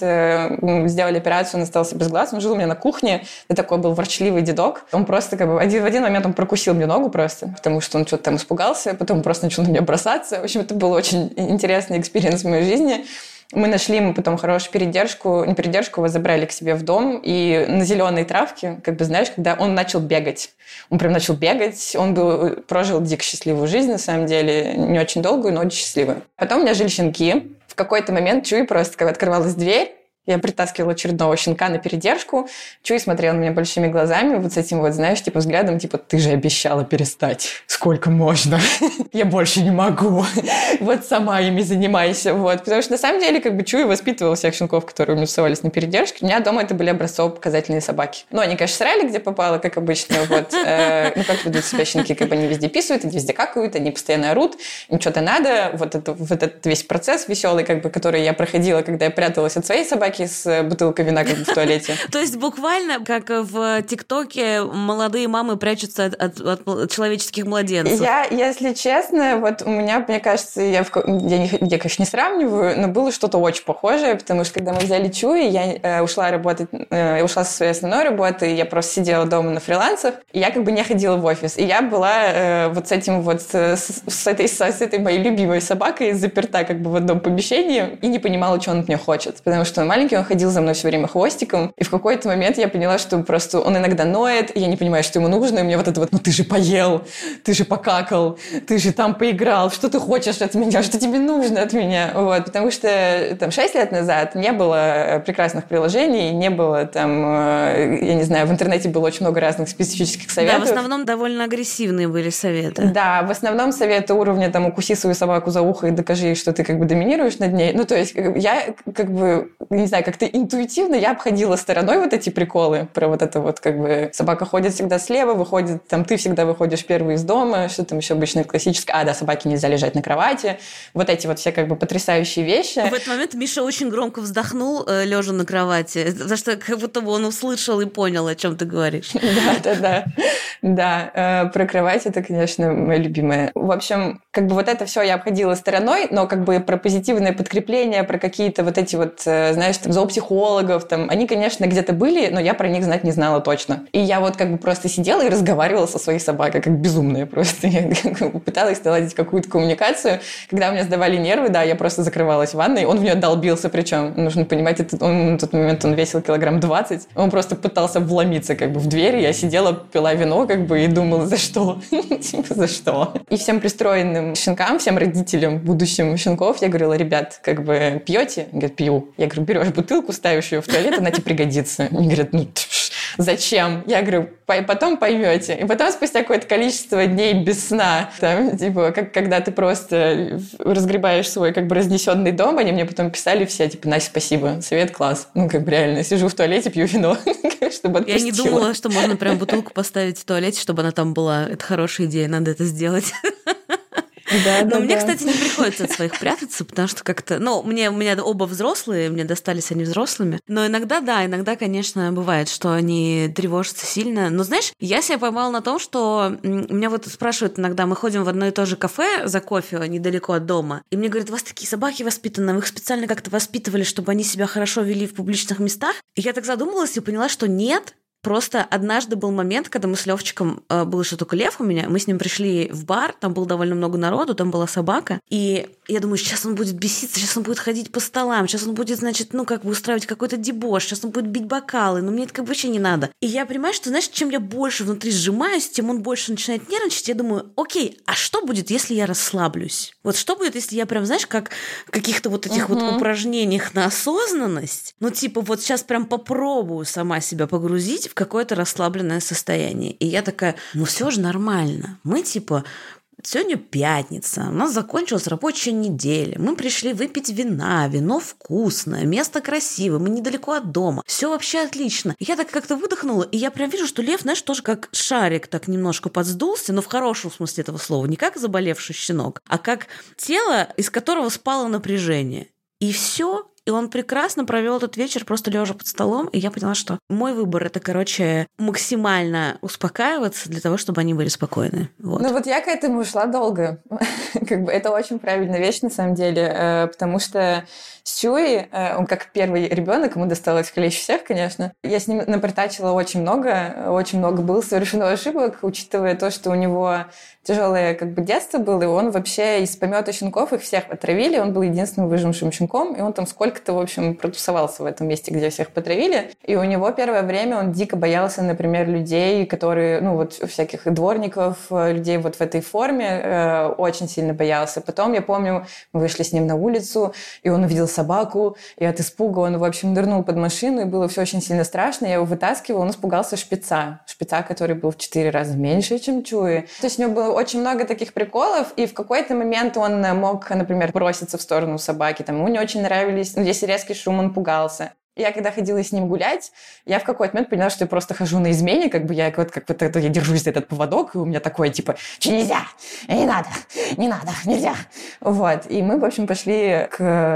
сделали операцию, он остался без глаз, он жил у меня на кухне, и такой был ворчливый дедок. Он просто как бы в один момент он прокусил мне ногу просто, потому что он что-то там испугался, потом просто начал на меня бросаться. В общем, это был очень интересный экспириенс в моей жизни. Мы нашли ему потом хорошую передержку, не передержку, его забрали к себе в дом, и на зеленой травке, как бы, знаешь, когда он начал бегать. Он прям начал бегать, прожил дико счастливую жизнь, на самом деле, не очень долгую, но очень счастливую. Потом у меня жили щенки. В какой-то момент чую просто, когда открывалась дверь, Я притаскивала очередного щенка на передержку. Чуй смотрел на меня большими глазами, вот с этим вот, знаешь, типа взглядом, типа, ты же обещала перестать. Сколько можно? Я больше не могу. Вот сама ими занимайся. Вот. Потому что на самом деле как бы Чуй воспитывал всех щенков, которые у меня тусовались на передержке. У меня дома это были образцово-показательные собаки. Ну, они, конечно, срали, где попало, как обычно. Вот. Ну, как ведут себя щенки, как бы они везде писают, они везде какают, они постоянно орут. Им что-то надо. Вот этот весь процесс веселый, как бы, который я проходила, когда я пряталась от своей собаки с бутылкой вина как бы в туалете. То есть буквально, как в ТикТоке, молодые мамы прячутся от человеческих младенцев. Я, если честно, вот у меня, мне кажется, я, конечно, не сравниваю, но было что-то очень похожее, потому что когда мы взяли Чуи, я ушла работать, я ушла со своей основной работы, я просто сидела дома на фрилансах, и я как бы не ходила в офис. И я была вот с этим вот, с этой моей любимой собакой заперта как бы в одном помещении и не понимала, что он от меня хочет. Потому что он маленький, он ходил за мной все время хвостиком, и в какой-то момент я поняла, что просто он иногда ноет, и я не понимаю, что ему нужно, и мне вот это вот, ну ты же поел, ты же покакал, ты же там поиграл, что ты хочешь от меня, что тебе нужно от меня, вот, потому что там 6 лет назад не было прекрасных приложений, не было там, я не знаю, в интернете было очень много разных специфических советов. Да, в основном довольно агрессивные были советы. Да, в основном советы уровня там укуси свою собаку за ухо и докажи ей, что ты как бы доминируешь над ней. Ну, то есть я как бы, не знаю, как-то интуитивно я обходила стороной вот эти приколы про вот это вот как бы собака ходит всегда слева, выходит, там ты всегда выходишь первый из дома, что там еще обычно классическое, да, собаке нельзя лежать на кровати, вот эти вот все как бы потрясающие вещи. В этот момент Миша очень громко вздохнул, лежа на кровати, за что как будто бы он услышал и понял, о чем ты говоришь. Да, про кровать это, конечно, моя любимая. В общем, как бы вот это все я обходила стороной, но как бы про позитивное подкрепление, про какие-то вот эти вот, знаешь, там, зоопсихологов, там, они, конечно, где-то были, но я про них знать не знала точно. И я вот как бы просто сидела и разговаривала со своей собакой, как безумная просто. Я пыталась наладить какую-то коммуникацию. Когда у меня сдавали нервы, да, я просто закрывалась в ванной, он в нее долбился, причем, нужно понимать, на тот момент он весил килограмм 20, он просто пытался вломиться как бы в дверь, я сидела, пила вино как бы и думала, за что? Типа, за что? И всем пристроенным щенкам, всем родителям будущим щенков я говорила, ребят, как бы пьете? Они говорят, пью. Я говорю, берешь бутылку, ставишь ее в туалет, она тебе пригодится. Они говорят, ну, зачем? Я говорю, потом поймете. И потом спустя какое-то количество дней без сна, там, типа, когда ты просто разгребаешь свой как бы разнесенный дом, они мне потом писали все, типа, Настя, спасибо, совет класс. Ну, как бы реально, сижу в туалете, пью вино, чтобы отпустила. Я не думала, что можно прям бутылку поставить в туалете, чтобы она там была. Это хорошая идея, надо это сделать. Но мне, кстати, не приходится от своих прятаться, потому что как-то... Ну, у меня оба взрослые, мне достались они взрослыми. Но иногда, да, конечно, бывает, что они тревожатся сильно. Но, знаешь, я себя поймала на том, что... Меня вот спрашивают иногда, мы ходим в одно и то же кафе за кофе недалеко от дома, и мне говорят, у вас такие собаки воспитаны, вы их специально как-то воспитывали, чтобы они себя хорошо вели в публичных местах? И я так задумалась и поняла, что нет. Просто однажды был момент, когда мы с Левчиком, был еще только Лев у меня, мы с ним пришли в бар, там было довольно много народу, там была собака, и я думаю, сейчас он будет беситься, сейчас он будет ходить по столам, сейчас он будет, значит, ну, как бы устраивать какой-то дебош, сейчас он будет бить бокалы, но мне это как бы вообще не надо. И я понимаю, что, знаешь, чем я больше внутри сжимаюсь, тем он больше начинает нервничать, я думаю, окей, а что будет, если я расслаблюсь? Вот что будет, если я прям, знаешь, как в каких-то вот этих вот упражнениях на осознанность, ну, типа, вот сейчас прям попробую сама себя погрузить в какое-то расслабленное состояние. И я такая, ну все же нормально. Мы типа... Сегодня пятница, у нас закончилась рабочая неделя, мы пришли выпить вина, вино вкусное, место красивое, мы недалеко от дома, все вообще отлично. И я так как-то выдохнула, и я прям вижу, что Лев, знаешь, тоже как шарик так немножко подсдулся, но в хорошем смысле этого слова, не как заболевший щенок, а как тело, из которого спало напряжение. И все. И он прекрасно провел этот вечер, просто лежа под столом, и я поняла, что мой выбор — это, короче, максимально успокаиваться для того, чтобы они были спокойны. Вот. Ну вот я к этому шла долго. Как бы это очень правильная вещь, на самом деле, потому что с Чуи, он как первый ребенок, ему досталось хлеще всех, конечно. Я с ним напортачила очень много было совершено ошибок, учитывая то, что у него тяжелое как бы детство было, и он вообще из помета щенков их всех отравили, он был единственным выжившим щенком, и он там сколько как-то, в общем, протусовался в этом месте, где всех потравили. И у него первое время он дико боялся, например, людей, которые, ну, вот всяких дворников, людей вот в этой форме, очень сильно боялся. Потом, я помню, мы вышли с ним на улицу, и он увидел собаку, и от испуга он, в общем, нырнул под машину, и было все очень сильно страшно. Я его вытаскивала, он испугался шпица, который был в 4 раза меньше, чем Чуи. То есть у него было очень много таких приколов, и в какой-то момент он мог, например, броситься в сторону собаки, там, ему не очень нравились, ну, если резкий шум, он пугался. Я когда ходила с ним гулять, я в какой-то момент поняла, что я просто хожу на измене, как бы я вот я держусь за этот поводок, и у меня такое, типа, нельзя, не надо, нельзя. Вот. И мы, в общем, пошли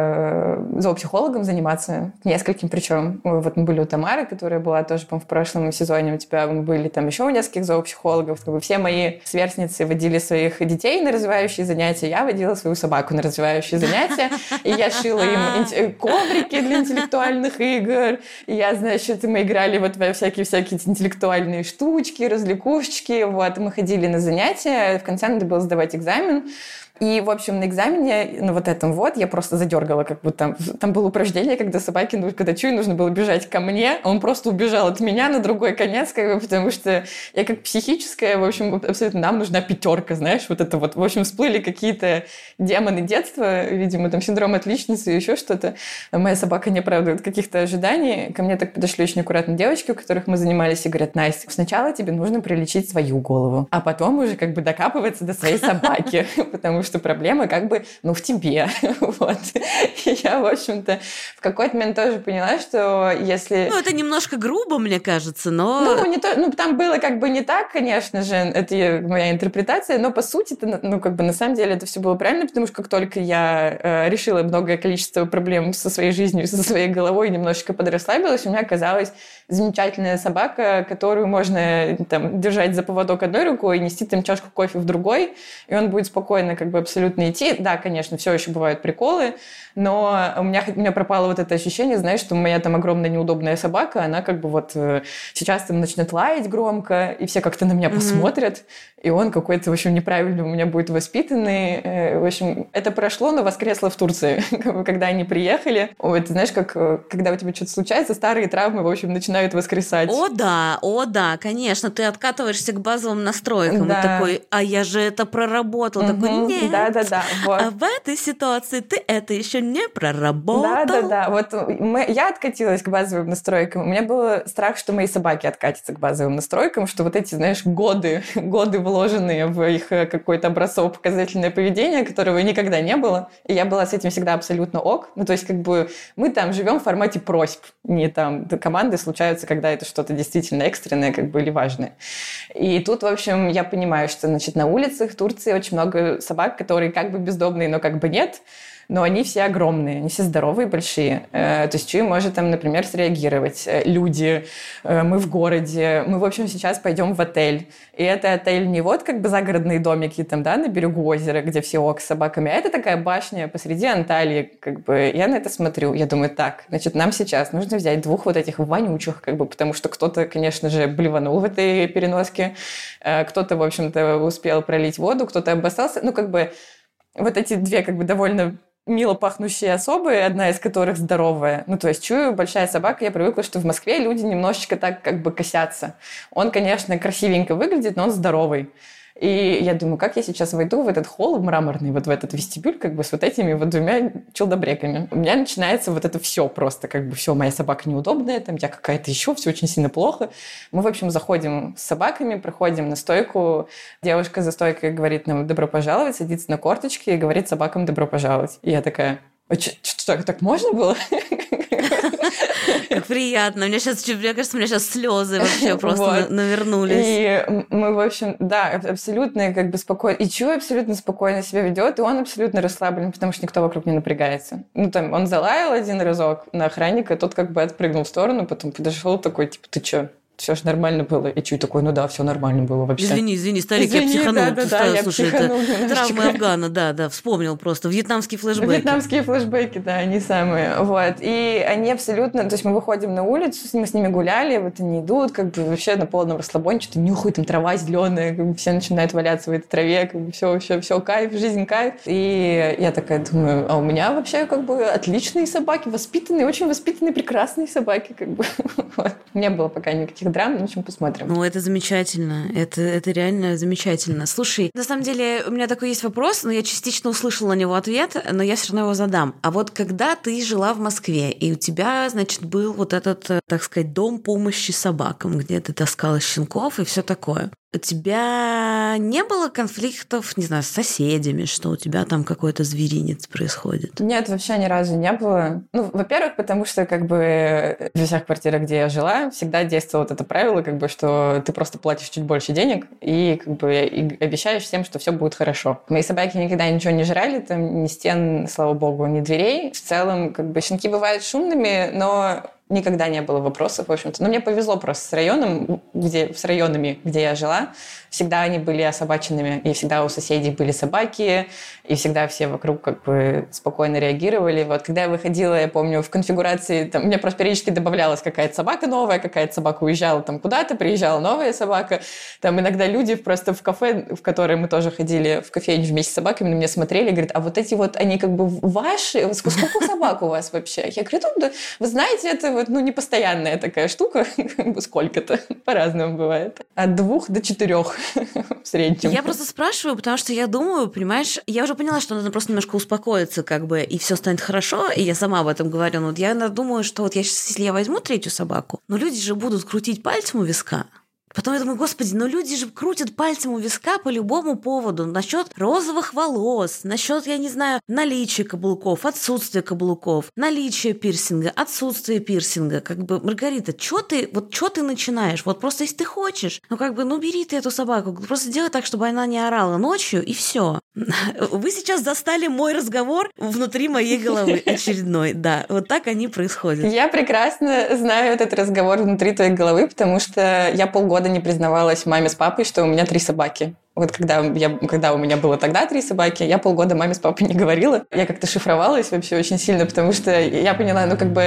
к зоопсихологам заниматься, к нескольким причем. Вот мы были у Тамары, которая была тоже, по-моему, в прошлом сезоне у тебя, мы были там еще у нескольких зоопсихологов. Как бы все мои сверстницы водили своих детей на развивающие занятия, я водила свою собаку на развивающие занятия, и я шила им коврики для интеллектуальных игр. И я, значит, мы играли вот во всякие интеллектуальные штучки, развлекушечки. Вот. Мы ходили на занятия. В конце надо было сдавать экзамен. И, в общем, на экзамене, на вот этом вот, я просто задергала, как будто там было упражнение, когда собаке, когда Чуи нужно было бежать ко мне, а он просто убежал от меня на другой конец, как бы, потому что я как психическая, в общем, абсолютно нам нужна 5, знаешь, вот это вот. В общем, всплыли какие-то демоны детства, видимо, там синдром отличницы и еще что-то. Моя собака не оправдывает каких-то ожиданий. Ко мне так подошли очень аккуратно девочки, у которых мы занимались, и говорят: Настя, сначала тебе нужно прилечить свою голову, а потом уже как бы докапываться до своей собаки, потому что проблема как бы, в тебе. Вот. И я, в общем-то, в какой-то момент тоже поняла, что если... это немножко грубо, мне кажется, но... Там было как бы не так, конечно же, это моя интерпретация, но по сути, на самом деле это все было правильно, потому что как только я решила многое количество проблем со своей жизнью, со своей головой, немножечко подрасслабилась, у меня оказалась замечательная собака, которую можно там держать за поводок одной рукой и нести там чашку кофе в другой, и он будет спокойно как бы абсолютно идти. Да, конечно, все еще бывают приколы, но у меня пропало вот это ощущение, знаешь, что моя там огромная неудобная собака, она как бы вот сейчас там начнет лаять громко, и все как-то на меня посмотрят, и он какой-то, в общем, неправильно у меня будет воспитанный. В общем, это прошло, но воскресло в Турции, когда они приехали. Вот, знаешь, когда у тебя что-то случается, старые травмы, в общем, начинают воскресать. О да, конечно, ты откатываешься к базовым настройкам. Да. И такой: а я же это проработал. Такой: нет. Да. Вот. А в этой ситуации ты это еще не проработал. Да. Вот я откатилась к базовым настройкам. У меня был страх, что мои собаки откатятся к базовым настройкам, что вот эти, знаешь, годы вложенные в их какой-то образцово-показательное поведение, которого никогда не было. И я была с этим всегда абсолютно ок. То есть, как бы мы там живем в формате просьб. Не там команды случаются, когда это что-то действительно экстренное, как бы, или важное. И тут, в общем, я понимаю, что, значит, на улицах Турции очень много собак, которые как бы бездомные, но как бы нет. Но они все огромные, они все здоровые, большие. То есть Чуи может там, например, среагировать. Люди, мы в городе, мы, в общем, сейчас пойдем в отель. И это отель не вот как бы загородные домики там, да, на берегу озера, где все ок с собаками, а это такая башня посреди Анталии. Как бы я на это смотрю, я думаю: так, значит, нам сейчас нужно взять 2 вот этих вонючих, как бы, потому что кто-то, конечно же, блеванул в этой переноске, кто-то, в общем-то, успел пролить воду, кто-то обоссался. Как бы вот эти 2 как бы довольно мило пахнущие особы, одна из которых здоровая. То есть Чую, большая собака, я привыкла, что в Москве люди немножечко так как бы косятся. Он, конечно, красивенько выглядит, но он здоровый. И я думаю, как я сейчас войду в этот холл мраморный, вот в этот вестибюль, как бы с вот этими вот 2 челдобреками. У меня начинается вот это все просто, как бы все, моя собака неудобная, там я какая-то еще, все очень сильно плохо. Мы, в общем, заходим с собаками, проходим на стойку. Девушка за стойкой говорит нам: добро пожаловать, садится на корточки и говорит собакам: добро пожаловать. И я такая: что, так можно было? Как приятно. Мне кажется, у меня сейчас слезы вообще просто навернулись. И мы, в общем, да, абсолютно как бы спокойно. И Чуй абсолютно спокойно себя ведет, и он абсолютно расслаблен, потому что никто вокруг не напрягается. Там он залаял один разок на охранника, тот как бы отпрыгнул в сторону, потом подошел такой, типа: ты чё? все же нормально было. И Чуй такой, ну да, все нормально было вообще. Извини, старик, я психанул. Да, слушай, это травмы Афгана, да, вспомнил просто. Вьетнамские флешбеки, да, они самые. Вот. И они абсолютно... То есть мы выходим на улицу, мы с ними гуляли, вот они идут, как бы вообще на полном расслабоне, что-то нюхают, там трава зеленая, как бы все начинают валяться в этой траве, как бы все кайф, жизнь кайф. И я такая думаю, а у меня вообще как бы отличные собаки, воспитанные, очень воспитанные, прекрасные собаки, как бы. Вот. Не было пока никаких драм, ну, в общем, посмотрим. Ну, это замечательно, это реально замечательно. Слушай, на самом деле у меня такой есть вопрос, но я частично услышала на него ответ, но я все равно его задам. А вот когда ты жила в Москве, и у тебя, значит, был вот этот, так сказать, дом помощи собакам, где ты таскала щенков и все такое, у тебя не было конфликтов, не знаю, с соседями, что у тебя там какой-то зверинец происходит? Нет, вообще ни разу не было. Ну, во-первых, потому что как бы во всех квартирах, где я жила, всегда действовало вот это правило, как бы, что ты просто платишь чуть больше денег и как бы и обещаешь всем, что все будет хорошо. Мои собаки никогда ничего не жрали, там ни стен, слава богу, ни дверей. В целом, как бы щенки бывают шумными, но никогда не было вопросов, в общем-то. Но мне повезло просто с районами, где я жила. Всегда они были особаченными, и всегда у соседей были собаки, и всегда все вокруг как бы спокойно реагировали. Вот когда я выходила, я помню, в конфигурации, там, мне просто периодически добавлялась какая-то собака новая, какая-то собака уезжала там куда-то, приезжала новая собака. Там иногда люди просто в кафе, в которое мы тоже ходили, в кофейню вместе с собаками, на меня смотрели и говорят, а вот эти вот, они как бы ваши? Сколько собак у вас вообще? Я говорю, ну, да, вы знаете, это вот, ну, непостоянная такая штука, сколько-то, по-разному бывает. От 2 до 4 в среднем. Я просто спрашиваю, потому что я думаю, понимаешь, я уже поняла, что надо просто немножко успокоиться, как бы, и все станет хорошо, и я сама об этом говорю, но вот я думаю, что вот я сейчас, если я возьму 3-ю собаку, но люди же будут крутить пальцем у виска. Потом я думаю, господи, но люди же крутят пальцем у виска по любому поводу. Насчет розовых волос, насчет, я не знаю, наличия каблуков, отсутствия каблуков, наличия пирсинга, отсутствия пирсинга. Как бы, Маргарита, что ты начинаешь? Вот просто если ты хочешь, бери ты эту собаку, просто делай так, чтобы она не орала ночью, и все. Вы сейчас застали мой разговор внутри моей головы очередной. Да, вот так они происходят. Я прекрасно знаю этот разговор внутри твоей головы, потому что я полгода не признавалась маме с папой, что у меня 3 собаки. Вот когда у меня было тогда 3 собаки, я полгода маме с папой не говорила. Я как-то шифровалась вообще очень сильно, потому что я поняла,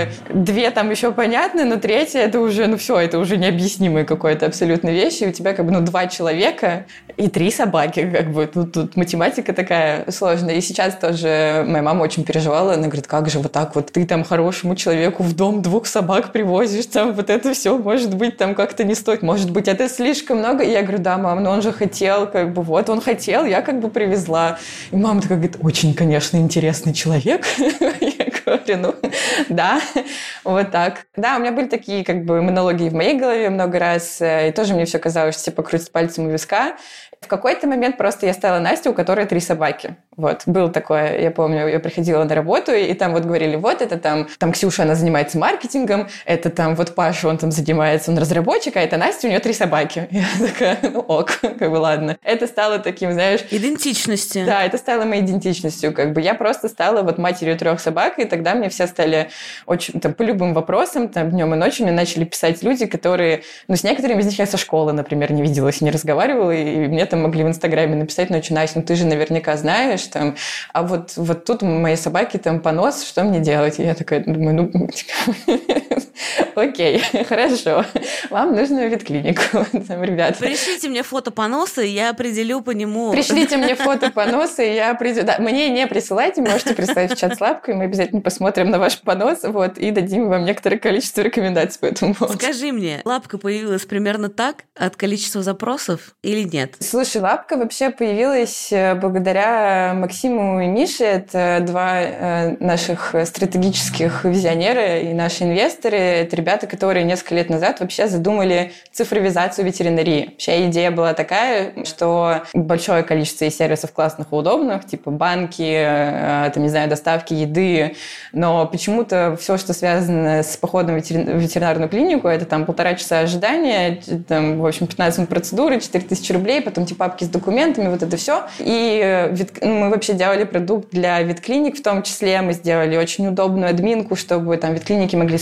2 там еще понятны, но 3 это уже, это уже необъяснимая какая-то абсолютно вещь. И у тебя 2 человека и 3 собаки. Тут математика такая сложная. И сейчас тоже моя мама очень переживала. Она говорит, как же вот так вот ты там хорошему человеку в дом 2 собак привозишь, там вот это все, может быть, там как-то не стоит. Может быть, это слишком много. И я говорю, да, мам, но он же хотел, вот он хотел, я привезла. И мама такая говорит, очень, конечно, интересный человек. Я говорю, да, вот так. Да, у меня были такие монологи в моей голове много раз, и тоже мне все казалось, что все покрутят пальцем у виска. В какой-то момент просто я стала Настей, у которой 3 собаки. Вот, было такое, я помню, я приходила на работу, и там говорили, вот это там Ксюша, она занимается маркетингом, это там Паша, он там занимается, он разработчик, а это Настя, у нее 3 собаки. Я такая, ок, ладно. Это стало таким, знаешь... Идентичностью. Да, это стало моей идентичностью. Я просто стала матерью 3 собак, и тогда мне все стали очень, по любым вопросам, днем и ночью мне начали писать люди, которые... с некоторыми из них я со школы, например, не виделась, не разговаривала, и мне могли в Инстаграме написать ночью, Настя, ты же наверняка знаешь, а вот тут моей собаке понос, что мне делать? И я такая думаю, окей, хорошо, вам нужно в ветклинику, ребята. Пришлите мне фото поноса, и я определю по нему. Пришлите мне фото поноса, и я определю. Да, мне не присылайте, можете прислать в чат с лапкой, мы обязательно посмотрим на ваш понос, и дадим вам некоторое количество рекомендаций по этому поводу. Скажи мне, лапка появилась примерно так от количества запросов или нет? Слушай, лапка вообще появилась благодаря Максиму и Мише. Это 2 наших стратегических визионера и наши инвесторы. Это ребята, которые несколько лет назад вообще задумали цифровизацию ветеринарии. Вообще идея была такая, что большое количество сервисов классных и удобных, типа банки, доставки еды, но почему-то все, что связано с походом в ветеринарную клинику, это 1,5 часа ожидания, в общем, 15 минут процедуры, 4000 рублей, потом папки с документами, вот это все. И мы вообще делали продукт для ветклиник, в том числе мы сделали очень удобную админку, чтобы ветклиники могли слать тебе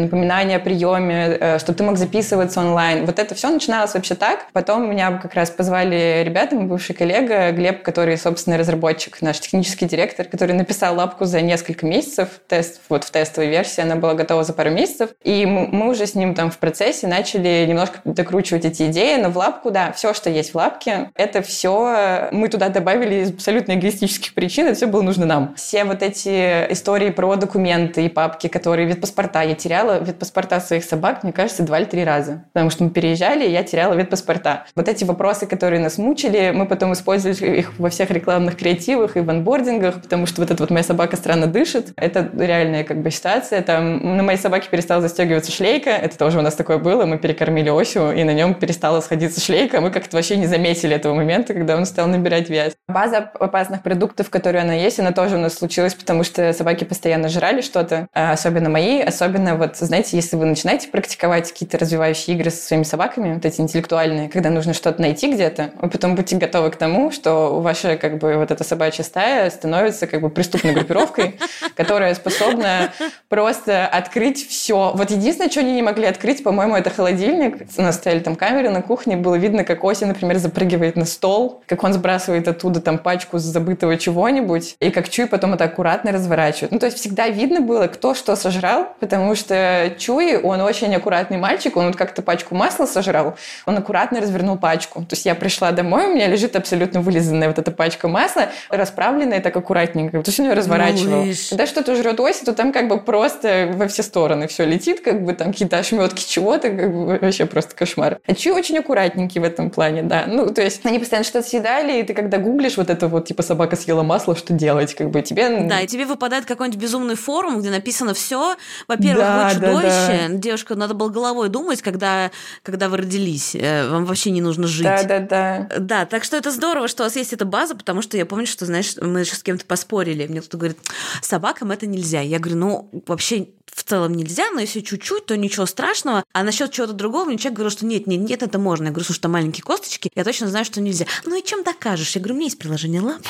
напоминания о приеме, что ты мог записываться онлайн. Вот это все начиналось вообще так. Потом меня как раз позвали ребята, мой бывший коллега Глеб, который, собственно, разработчик, наш технический директор, который написал лапку за несколько месяцев. Вот в тестовой версии она была готова за пару месяцев. И мы уже с ним там в процессе начали немножко докручивать эти идеи. Но в лапку, да, все, что есть в лапке, это все мы туда добавили из абсолютно эгоистических причин, это все было нужно нам. Все вот эти истории про документы и папки, которые ветпаспорта. Я теряла ветпаспорта своих собак, мне кажется, 2 или 3 раза. Потому что мы переезжали, и я теряла ветпаспорта. Вот эти вопросы, которые нас мучили, мы потом использовали их во всех рекламных креативах и в онбордингах, потому что вот эта вот моя собака странно дышит. Это реальная как бы ситуация. Там на моей собаке перестала застегиваться шлейка. Это тоже у нас такое было. Мы перекормили Осю, и на нем перестала сходиться шлейка. Мы как-то вообще не заметили этого момента, когда он стал набирать вес. База опасных продуктов, которые она есть, она тоже у нас случилась, потому что собаки постоянно жрали что-то, особенно мои. Особенно вот, знаете, если вы начинаете практиковать какие-то развивающие игры со своими собаками, вот эти интеллектуальные, когда нужно что-то найти где-то, вы потом будьте готовы к тому, что ваша как бы вот эта собачья стая становится как бы преступной группировкой, которая способна просто открыть все. Вот единственное, что они не могли открыть, по-моему, это холодильник. У нас стояли там камеры на кухне, было видно, как Ося, например, запрыгивает на стол, как он сбрасывает оттуда там пачку забытого чего-нибудь, и как Чуй потом это аккуратно разворачивает. Ну, то есть всегда видно было, кто что сожрал, потому что Чуй, он очень аккуратный мальчик, он вот как-то пачку масла сожрал, он аккуратно развернул пачку. То есть я пришла домой, у меня лежит абсолютно вылизанная вот эта пачка масла, расправленная так аккуратненько. То есть он ее разворачивал. Когда что-то жрет Ося, то там как бы просто во все стороны все летит, как бы там какие-то ошметки чего-то, как бы вообще просто кошмар. А Чуй очень аккуратненький в этом плане, да. Ну, то есть они постоянно что-то съедали, и ты когда гуглишь вот это вот, типа, собака съела масло, что делать, как бы тебе... Да, и тебе выпадает какой-нибудь безумный форум, где написано все. Во-первых, вы чудовище. Да. Девушка, надо было головой думать, когда вы родились. Вам вообще не нужно жить. Да. Да, так что это здорово, что у вас есть эта база, потому что я помню, что, знаешь, мы же с кем-то поспорили. Мне кто-то говорит, собакам это нельзя. Я говорю, ну, вообще в целом нельзя, но если чуть-чуть, то ничего страшного. А насчет чего-то другого мне человек говорил, что нет, это можно. Я говорю, слушай, там маленькие косточки, я точно знаю, что нельзя. Ну и чем докажешь? Я говорю, у меня есть приложение Лапка.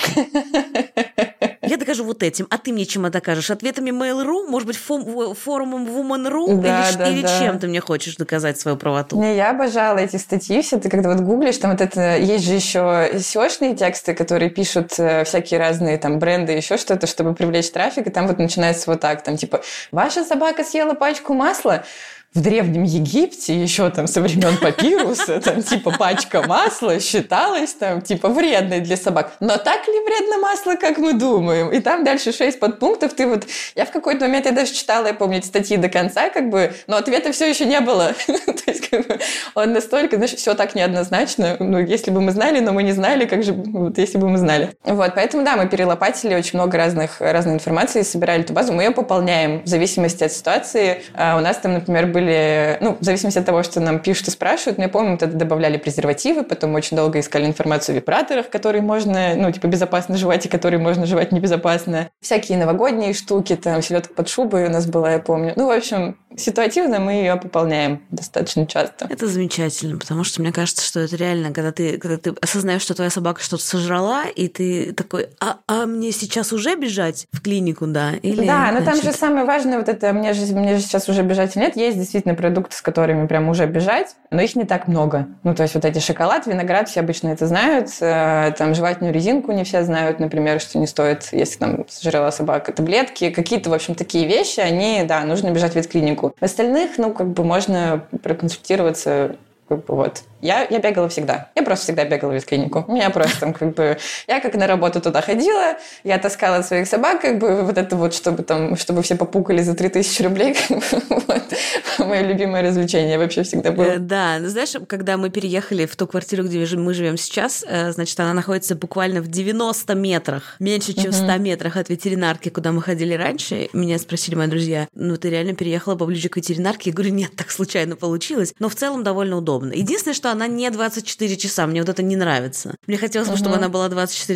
Я докажу вот этим, а ты мне чем докажешь? Ответами Mail.ru, может быть, форумом Woman.ru? Или чем ты мне хочешь доказать свою правоту? Не, я обожала эти статьи все. Ты когда вот гуглишь, там вот это... Есть же еще SEO-шные тексты, которые пишут всякие разные там бренды, еще что-то, чтобы привлечь трафик, и там вот начинается вот так, там типа, ваша собака съела пачку масла, в Древнем Египте, еще там со времен папируса, там типа пачка масла считалась там типа вредной для собак. Но так ли вредно масло, как мы думаем? И там дальше 6 подпунктов. Ты вот... Я в какой-то момент, я даже читала, я помню, эти статьи до конца, как бы, но ответа все еще не было. То есть, как бы, он настолько, знаешь, все так неоднозначно. Ну, если бы мы знали, но мы не знали, как же, вот, если бы мы знали. Вот, поэтому, да, мы перелопатили очень много разной информации, собирали эту базу. Мы ее пополняем в зависимости от ситуации. У нас там, например, были, ну, в зависимости от того, что нам пишут и спрашивают, я помню, мы тогда добавляли презервативы, потом мы очень долго искали информацию о вибраторах, которые можно, ну, типа, безопасно жевать, и которые можно жевать небезопасно. Всякие новогодние штуки, там, селедка под шубой у нас была, я помню. Ну, в общем, ситуативно мы ее пополняем достаточно часто. Это замечательно, потому что мне кажется, что это реально, когда ты осознаешь, что твоя собака что-то сожрала, и ты такой, а мне сейчас уже бежать в клинику, да? Или, да, но там же самое важное, вот это, мне же сейчас уже бежать или нет, есть действительно продукты, с которыми прям уже бежать, но их не так много. Ну, то есть вот эти шоколад, виноград, все обычно это знают, там жевательную резинку не все знают, например, что не стоит, если там сожрала собака, таблетки, какие-то, в общем, такие вещи, они, да, нужно бежать в ветклинику. В остальных, ну, как бы можно проконсультироваться, как бы вот. Я бегала всегда. Я просто всегда бегала в ветклинику. У меня просто там как бы... Я как на работу туда ходила, я таскала своих собак, как бы вот это вот, чтобы все попукали за 3000 рублей. Как бы, вот. Мое любимое развлечение вообще всегда было. Да, знаешь, когда мы переехали в ту квартиру, где мы живем сейчас, значит, она находится буквально в 90 метрах, меньше, чем в 100 метрах от ветеринарки, куда мы ходили раньше. Меня спросили мои друзья, ну, ты реально переехала поближе к ветеринарке? Я говорю, нет, так случайно получилось. Но в целом довольно удобно. Единственное, что она не 24 часа. Мне вот это не нравится. Мне хотелось бы, чтобы она была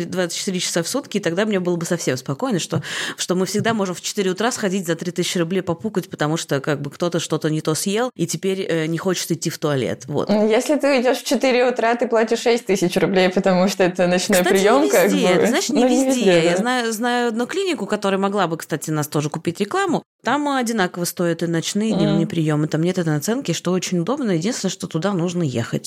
24 часа в сутки, и тогда мне было бы совсем спокойно, что мы всегда можем в 4 утра сходить за 3000 рублей попукать, потому что как бы кто-то что-то не то съел, и теперь не хочет идти в туалет. Вот. Если ты идешь в 4 утра, ты платишь 6000 рублей, потому что это ночной прием. Кстати, не везде. Как бы. Ты знаешь, не везде. Да. Я знаю одну клинику, которая могла бы, кстати, нас тоже купить рекламу. Там одинаково стоят и ночные, и дневные приемы. Там нет этой наценки, что очень удобно. Единственное, что туда нужно ехать.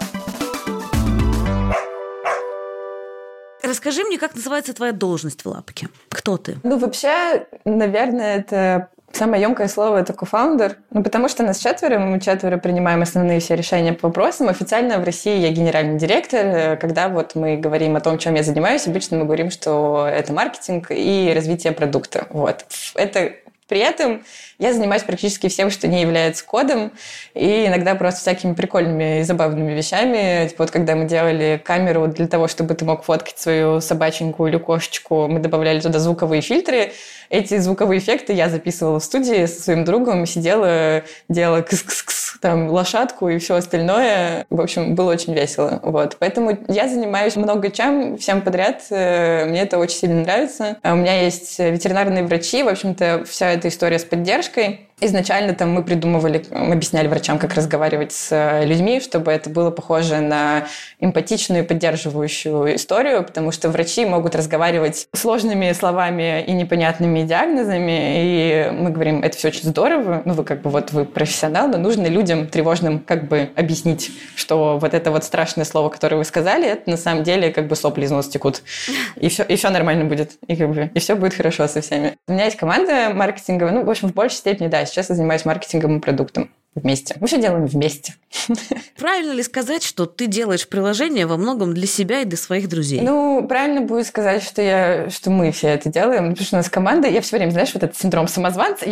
Расскажи мне, как называется твоя должность в лапке? Кто ты? Вообще, наверное, это самое емкое слово — это кофаундер. Потому что нас 4, мы 4 принимаем основные все решения по вопросам. Официально в России я генеральный директор. Когда мы говорим о том, чем я занимаюсь, обычно мы говорим, что это маркетинг и развитие продукта. Это при этом я занимаюсь практически всем, что не является кодом, и иногда просто всякими прикольными и забавными вещами. Когда мы делали камеру для того, чтобы ты мог фоткать свою собаченьку или кошечку, мы добавляли туда звуковые фильтры. Эти звуковые эффекты я записывала в студии со своим другом, сидела, делала кс-кс-кс, там, лошадку и все остальное. В общем, было очень весело. Поэтому я занимаюсь много чем, всем подряд. Мне это очень сильно нравится. У меня есть ветеринарные врачи. В общем-то, вся эта история с поддержкой. Изначально мы объясняли врачам, как разговаривать с людьми, чтобы это было похоже на эмпатичную и поддерживающую историю, потому что врачи могут разговаривать сложными словами и непонятными диагнозами, и мы говорим, это все очень здорово, вы профессионал, но нужно людям тревожным объяснить, что это страшное слово, которое вы сказали, это на самом деле сопли из носа текут, и все нормально будет, и все будет хорошо со всеми. У меня есть команда маркетинговая, в большей степени, да, сейчас я занимаюсь маркетингом и продуктом вместе. Мы все делаем вместе. Правильно ли сказать, что ты делаешь приложение во многом для себя и для своих друзей? Правильно будет сказать, что мы все это делаем, потому что у нас команда, я все время, знаешь, этот синдром самозванца,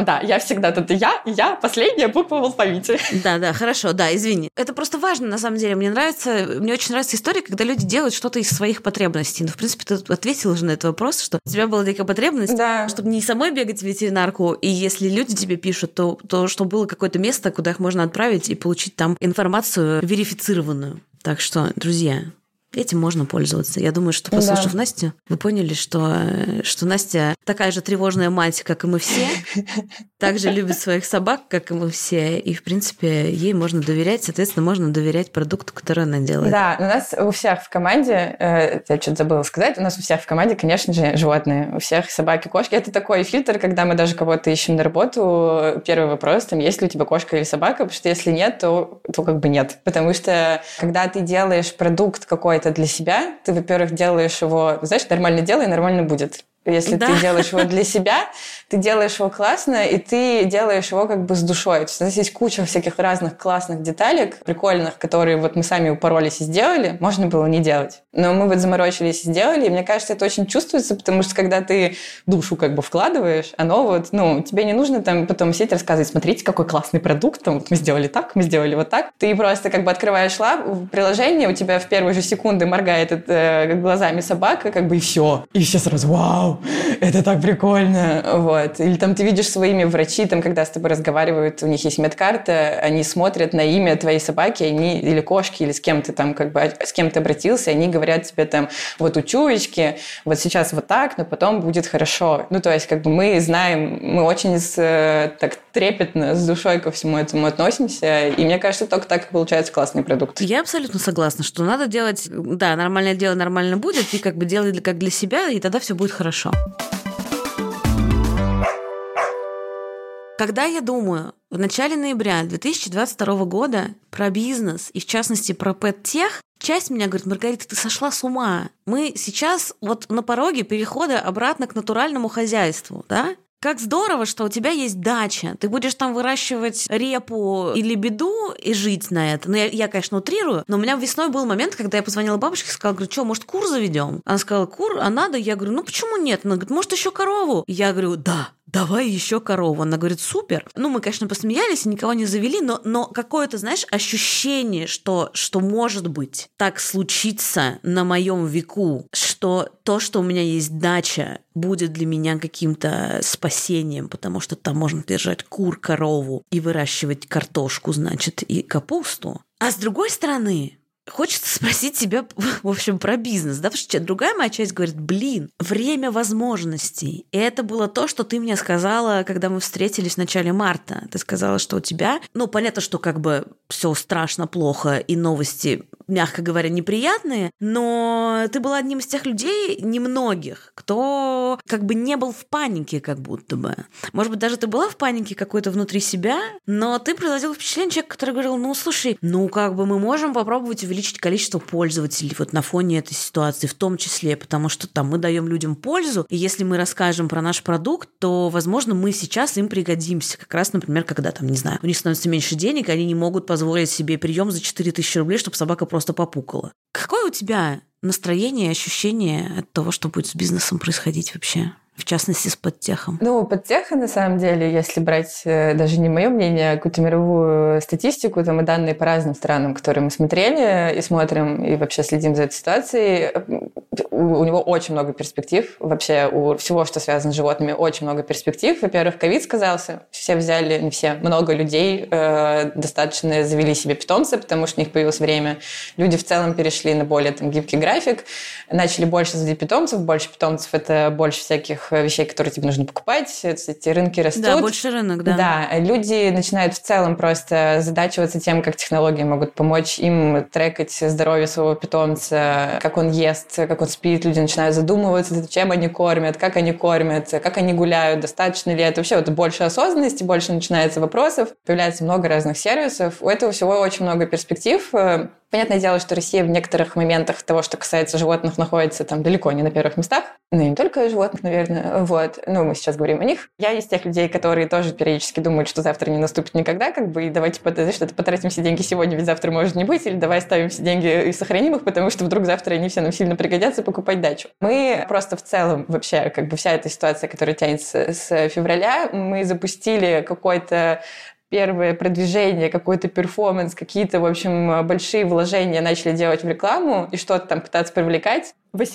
я всегда тут я последняя буква в алфавите. Да, хорошо, извини. Это просто важно, на самом деле. Мне очень нравится история, когда люди делают что-то из своих потребностей. В принципе, ты ответила же на этот вопрос, что у тебя была такая потребность, чтобы не самой бегать в ветеринарку, и если люди тебе пишут, то чтобы было какое-то место, куда их можно отправить и получить там информацию верифицированную. Так что, друзья, этим можно пользоваться. Я думаю, что, послушав Настю, вы поняли, что Настя такая же тревожная мать, как и мы все, также любит своих собак, как и мы все, и, в принципе, ей можно доверять, соответственно, можно доверять продукту, который она делает. Да, у нас у всех в команде, я что-то забыла сказать, у нас у всех в команде, конечно же, животные. У всех собаки, кошки. Это такой фильтр, когда мы даже кого-то ищем на работу. Первый вопрос, есть ли у тебя кошка или собака, потому что если нет, то нет. Потому что, когда ты делаешь продукт какой-то для себя, ты, во-первых, делаешь его, нормально делай, нормально будет. Если ты делаешь его для себя, ты делаешь его классно, и ты делаешь его с душой. То есть у нас есть куча всяких разных классных деталек, прикольных, которые мы сами упоролись и сделали, можно было не делать. Но мы заморочились и сделали, и мне кажется, это очень чувствуется, потому что когда ты душу вкладываешь, оно тебе не нужно потом сидеть рассказывать, смотрите, какой классный продукт, мы сделали так, мы сделали вот так. Ты просто открываешь приложение, у тебя в первые же секунды моргает глазами собака, и все. И все сразу, вау! Это так прикольно. Или ты видишь своими врачи, когда с тобой разговаривают, у них есть медкарта, они смотрят на имя твоей собаки, или кошки, или с кем ты с кем ты обратился, они говорят тебе у чуечки, сейчас вот так, но потом будет хорошо. То есть мы знаем, мы очень так трепетно, с душой ко всему этому относимся, и мне кажется, только так и получается классный продукт. Я абсолютно согласна, что надо делать, нормальное дело нормально будет, и делай как для себя, и тогда все будет хорошо. Когда я думаю в начале ноября 2022 года про бизнес, и в частности про пэт-тех, часть меня говорит: Маргарита, ты сошла с ума. Мы сейчас на пороге перехода обратно к натуральному хозяйству, да? Как здорово, что у тебя есть дача. Ты будешь там выращивать репу или беду и жить на это. Я, конечно, утрирую, но у меня весной был момент, когда я позвонила бабушке и сказала, что, может, кур заведем? Она сказала, кур, а надо? Я говорю, почему нет? Она говорит, может, еще корову? Я говорю, да. Давай еще корову. Она говорит, супер. Мы, конечно, посмеялись и никого не завели, но какое-то, ощущение, что может быть так случится на моем веку, что то, что у меня есть дача, будет для меня каким-то спасением, потому что там можно держать кур, корову и выращивать картошку, и капусту. А с другой стороны, хочется спросить тебя, в общем, про бизнес, да, потому что другая моя часть говорит, время возможностей. И это было то, что ты мне сказала, когда мы встретились в начале марта. Ты сказала, что у тебя, понятно, что все страшно плохо, и новости мягко говоря, неприятные, но ты была одним из тех людей, немногих, кто как бы не был в панике как будто бы. Может быть, даже ты была в панике какой-то внутри себя, но ты производила впечатление человека, который говорил, ну, слушай, ну, как бы мы можем попробовать увеличить количество пользователей вот на фоне этой ситуации, в том числе, потому что там мы даем людям пользу, и если мы расскажем про наш продукт, то, возможно, мы сейчас им пригодимся. Как раз, например, когда там, не знаю, у них становится меньше денег, они не могут позволить себе прием за 4000 рублей, чтобы собака просто попукала. Какое у тебя настроение, ощущение от того, что будет с бизнесом происходить вообще? В частности, с подтехом. Ну, подтеха, на самом деле, если брать даже не мое мнение, а какую-то мировую статистику, там и данные по разным странам, которые мы смотрели и смотрим, и вообще следим за этой ситуацией, у него очень много перспектив. Вообще у всего, что связано с животными, очень много перспектив. Во-первых, ковид сказался. Все взяли, не все, много людей достаточно завели себе питомца, потому что у них появилось время. Люди в целом перешли на более гибкий график, начали больше заводить питомцев. Больше питомцев – это больше всяких вещей, которые тебе нужно покупать, эти рынки растут. Да, больше рынок, да. Да, люди начинают в целом просто задачиваться тем, как технологии могут помочь им трекать здоровье своего питомца, как он ест, как он спит. Люди начинают задумываться, чем они кормят, как они гуляют, достаточно ли это. Вообще вот больше осознанности, больше начинается вопросов, появляется много разных сервисов. У этого всего очень много перспектив. Понятное дело, что Россия в некоторых моментах того, что касается животных, находится там далеко не на первых местах. Ну, и не только животных, наверное. Вот. Ну, мы сейчас говорим о них. Я из тех людей, которые тоже периодически думают, что завтра не наступит никогда, и давайте что-то потратим все деньги сегодня, ведь завтра может не быть, или давай ставим все деньги и сохраним их, потому что вдруг завтра они все нам сильно пригодятся покупать дачу. Мы просто в целом вообще, вся эта ситуация, которая тянется с февраля, мы запустили какой-то первое продвижение, какой-то перформанс, какие-то, в общем, большие вложения начали делать в рекламу и что-то там пытаться привлекать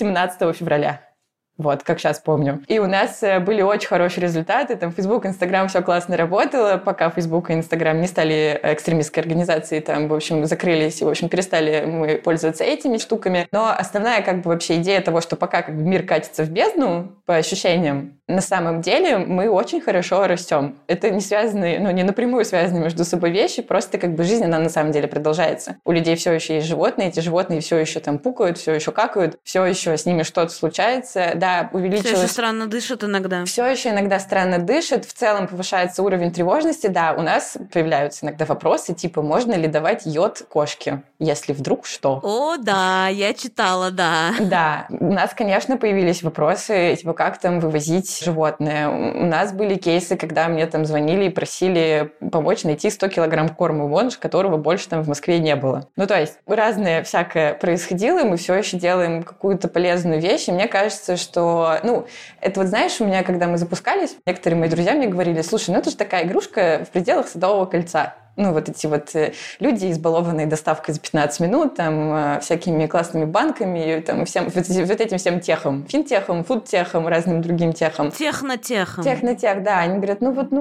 18 февраля. Вот, как сейчас помню. И у нас были очень хорошие результаты. Там Facebook, Instagram, все классно работало, пока Facebook и Instagram не стали экстремистской организацией, там, в общем, закрылись, и, в общем, перестали мы пользоваться этими штуками. Но основная, вообще идея того, что пока мир катится в бездну, по ощущениям, на самом деле мы очень хорошо растем. Это не связанные, не напрямую связанные между собой вещи, просто жизнь, она на самом деле продолжается. У людей все еще есть животные, эти животные все еще там пукают, все еще какают, все еще с ними что-то случается. Да, увеличилось... Все еще странно дышит иногда. Все еще иногда странно дышит. В целом повышается уровень тревожности. Да, у нас появляются иногда вопросы, типа, можно ли давать йод кошке, если вдруг что? О, да, я читала, да. Да, у нас, конечно, появились вопросы, типа, как там вывозить животное. У нас были кейсы, когда мне там звонили и просили помочь найти 100 килограмм корма Вонж, которого больше там в Москве не было. Ну, то есть, разное всякое происходило, и мы все еще делаем какую-то полезную вещь, и мне кажется, что, это вот, знаешь, у меня, когда мы запускались, некоторые мои друзья мне говорили, слушай, это же такая игрушка в пределах Садового кольца. Вот эти люди, избалованные доставкой за 15 минут, там, всякими классными банками, там, всем, этим всем техом. Финтехом, фудтехом, разным другим техом. Технотехом. Технотех, да. Они говорят,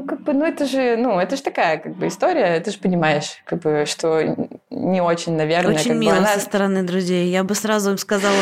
это же такая, история, ты же понимаешь, что не очень, наверное... Очень мило со стороны друзей. Я бы сразу им сказала...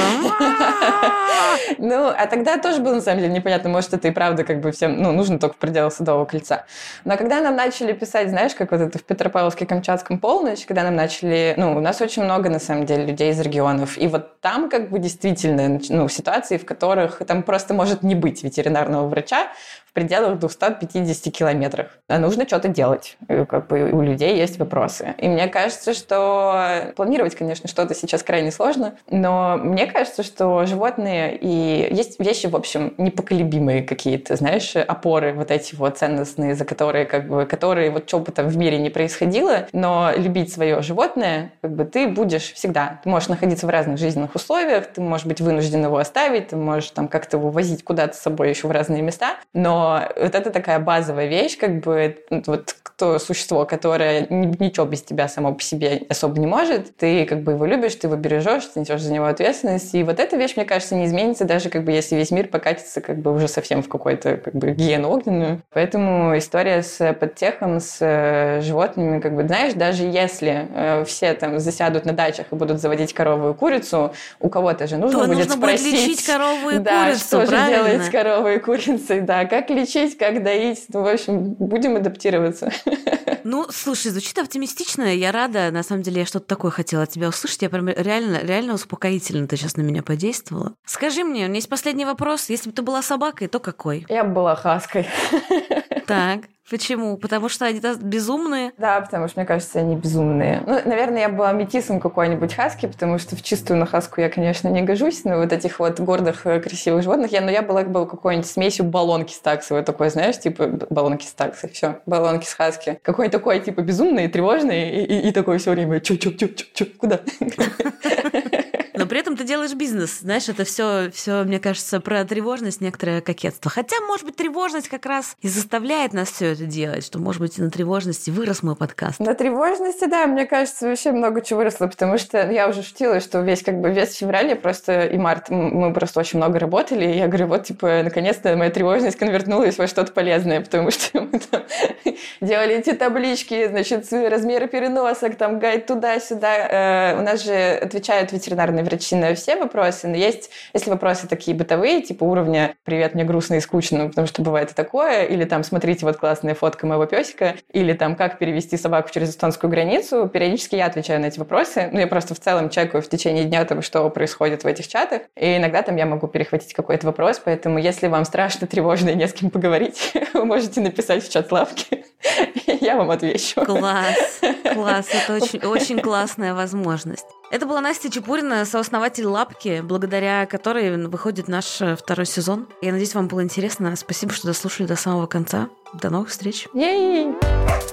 А тогда тоже было, на самом деле, непонятно, может, это и правда всем, нужно только в пределах Садового кольца. Но когда нам начали писать, знаешь, как это в Петропавловске-Камчатском полночь, когда нам начали... у нас очень много, на самом деле, людей из регионов. И вот там действительно ситуации, в которых там просто может не быть ветеринарного врача в пределах 250 километров. А нужно что-то делать. У людей есть вопросы. И мне кажется, что планировать, конечно, что-то сейчас крайне сложно, но мне кажется, что животные и есть вещи, в общем, непоколебимые какие-то, знаешь, опоры эти ценностные, за которые, которые что бы там в мире не происходило, но любить свое животное, ты будешь всегда. Ты можешь находиться в разных жизненных условиях, ты можешь быть вынужден его оставить, ты можешь там как-то его возить куда-то с собой еще в разные места, но это такая базовая вещь, то существо, которое ничего без тебя само по себе особо не может, ты его любишь, ты его бережешь, ты несешь за него ответственность, и эта вещь, мне кажется, не изменится, даже если весь мир покатится уже совсем в какой-то гиену огненную. Поэтому история с подтехом, с животными, знаешь, даже если все там засядут на дачах и будут заводить корову и курицу, у кого-то же нужно будет спросить... будет лечить корову и курицу, что правильно? же делать с коровой и курицей, да, как лечить, как доить, в общем, будем адаптироваться. Ну, слушай, звучит оптимистично, я рада. На самом деле, я что-то такое хотела от тебя услышать. Я прям реально успокоительно ты сейчас на меня подействовала. Скажи мне, у меня есть последний вопрос. Если бы ты была собакой, то какой? Я бы была хаской. Так, почему? Потому что они безумные? Да, потому что, мне кажется, они безумные. Ну, наверное, я была метисом какой-нибудь хаски, потому что в чистую на хаску я, конечно, не гожусь, но вот этих вот гордых, красивых животных. Но я была какой-нибудь смесью баллонки с таксой, вот такой, знаешь, типа баллонки с таксой, все, баллонки с хаски. Какой-нибудь такой, типа, безумный, тревожный и такой все время, чё, куда? Но при этом ты делаешь бизнес, знаешь, это все, мне кажется, про тревожность, некоторое кокетство. Хотя, может быть, тревожность как раз и заставляет нас все это делать, что, может быть, и на тревожности вырос мой подкаст. На тревожности, да, мне кажется, вообще много чего выросло, потому что я уже шутила, что весь февраль просто и март мы просто очень много работали, и я говорю, вот, типа, наконец-то моя тревожность конвертнулась во что-то полезное, потому что мы там делали эти таблички, значит, размеры переносок, там, гайд туда-сюда. У нас же отвечают ветеринарные врачи на все вопросы, но есть, если вопросы такие бытовые, типа уровня «Привет, мне грустно и скучно», потому что бывает и такое, или там «Смотрите, вот классная фотка моего песика», или там «Как перевести собаку через эстонскую границу», периодически я отвечаю на эти вопросы. Ну, я просто в целом чекаю в течение дня, там, что происходит в этих чатах, и иногда там я могу перехватить какой-то вопрос, поэтому если вам страшно, тревожно и не с кем поговорить, вы можете написать в чат Лапки, я вам отвечу. Класс, это очень классная возможность. Это была Настя Чепурина, сооснователь Лапки, благодаря которой выходит наш второй сезон. Я надеюсь, вам было интересно. Спасибо, что дослушали до самого конца. До новых встреч. Ей!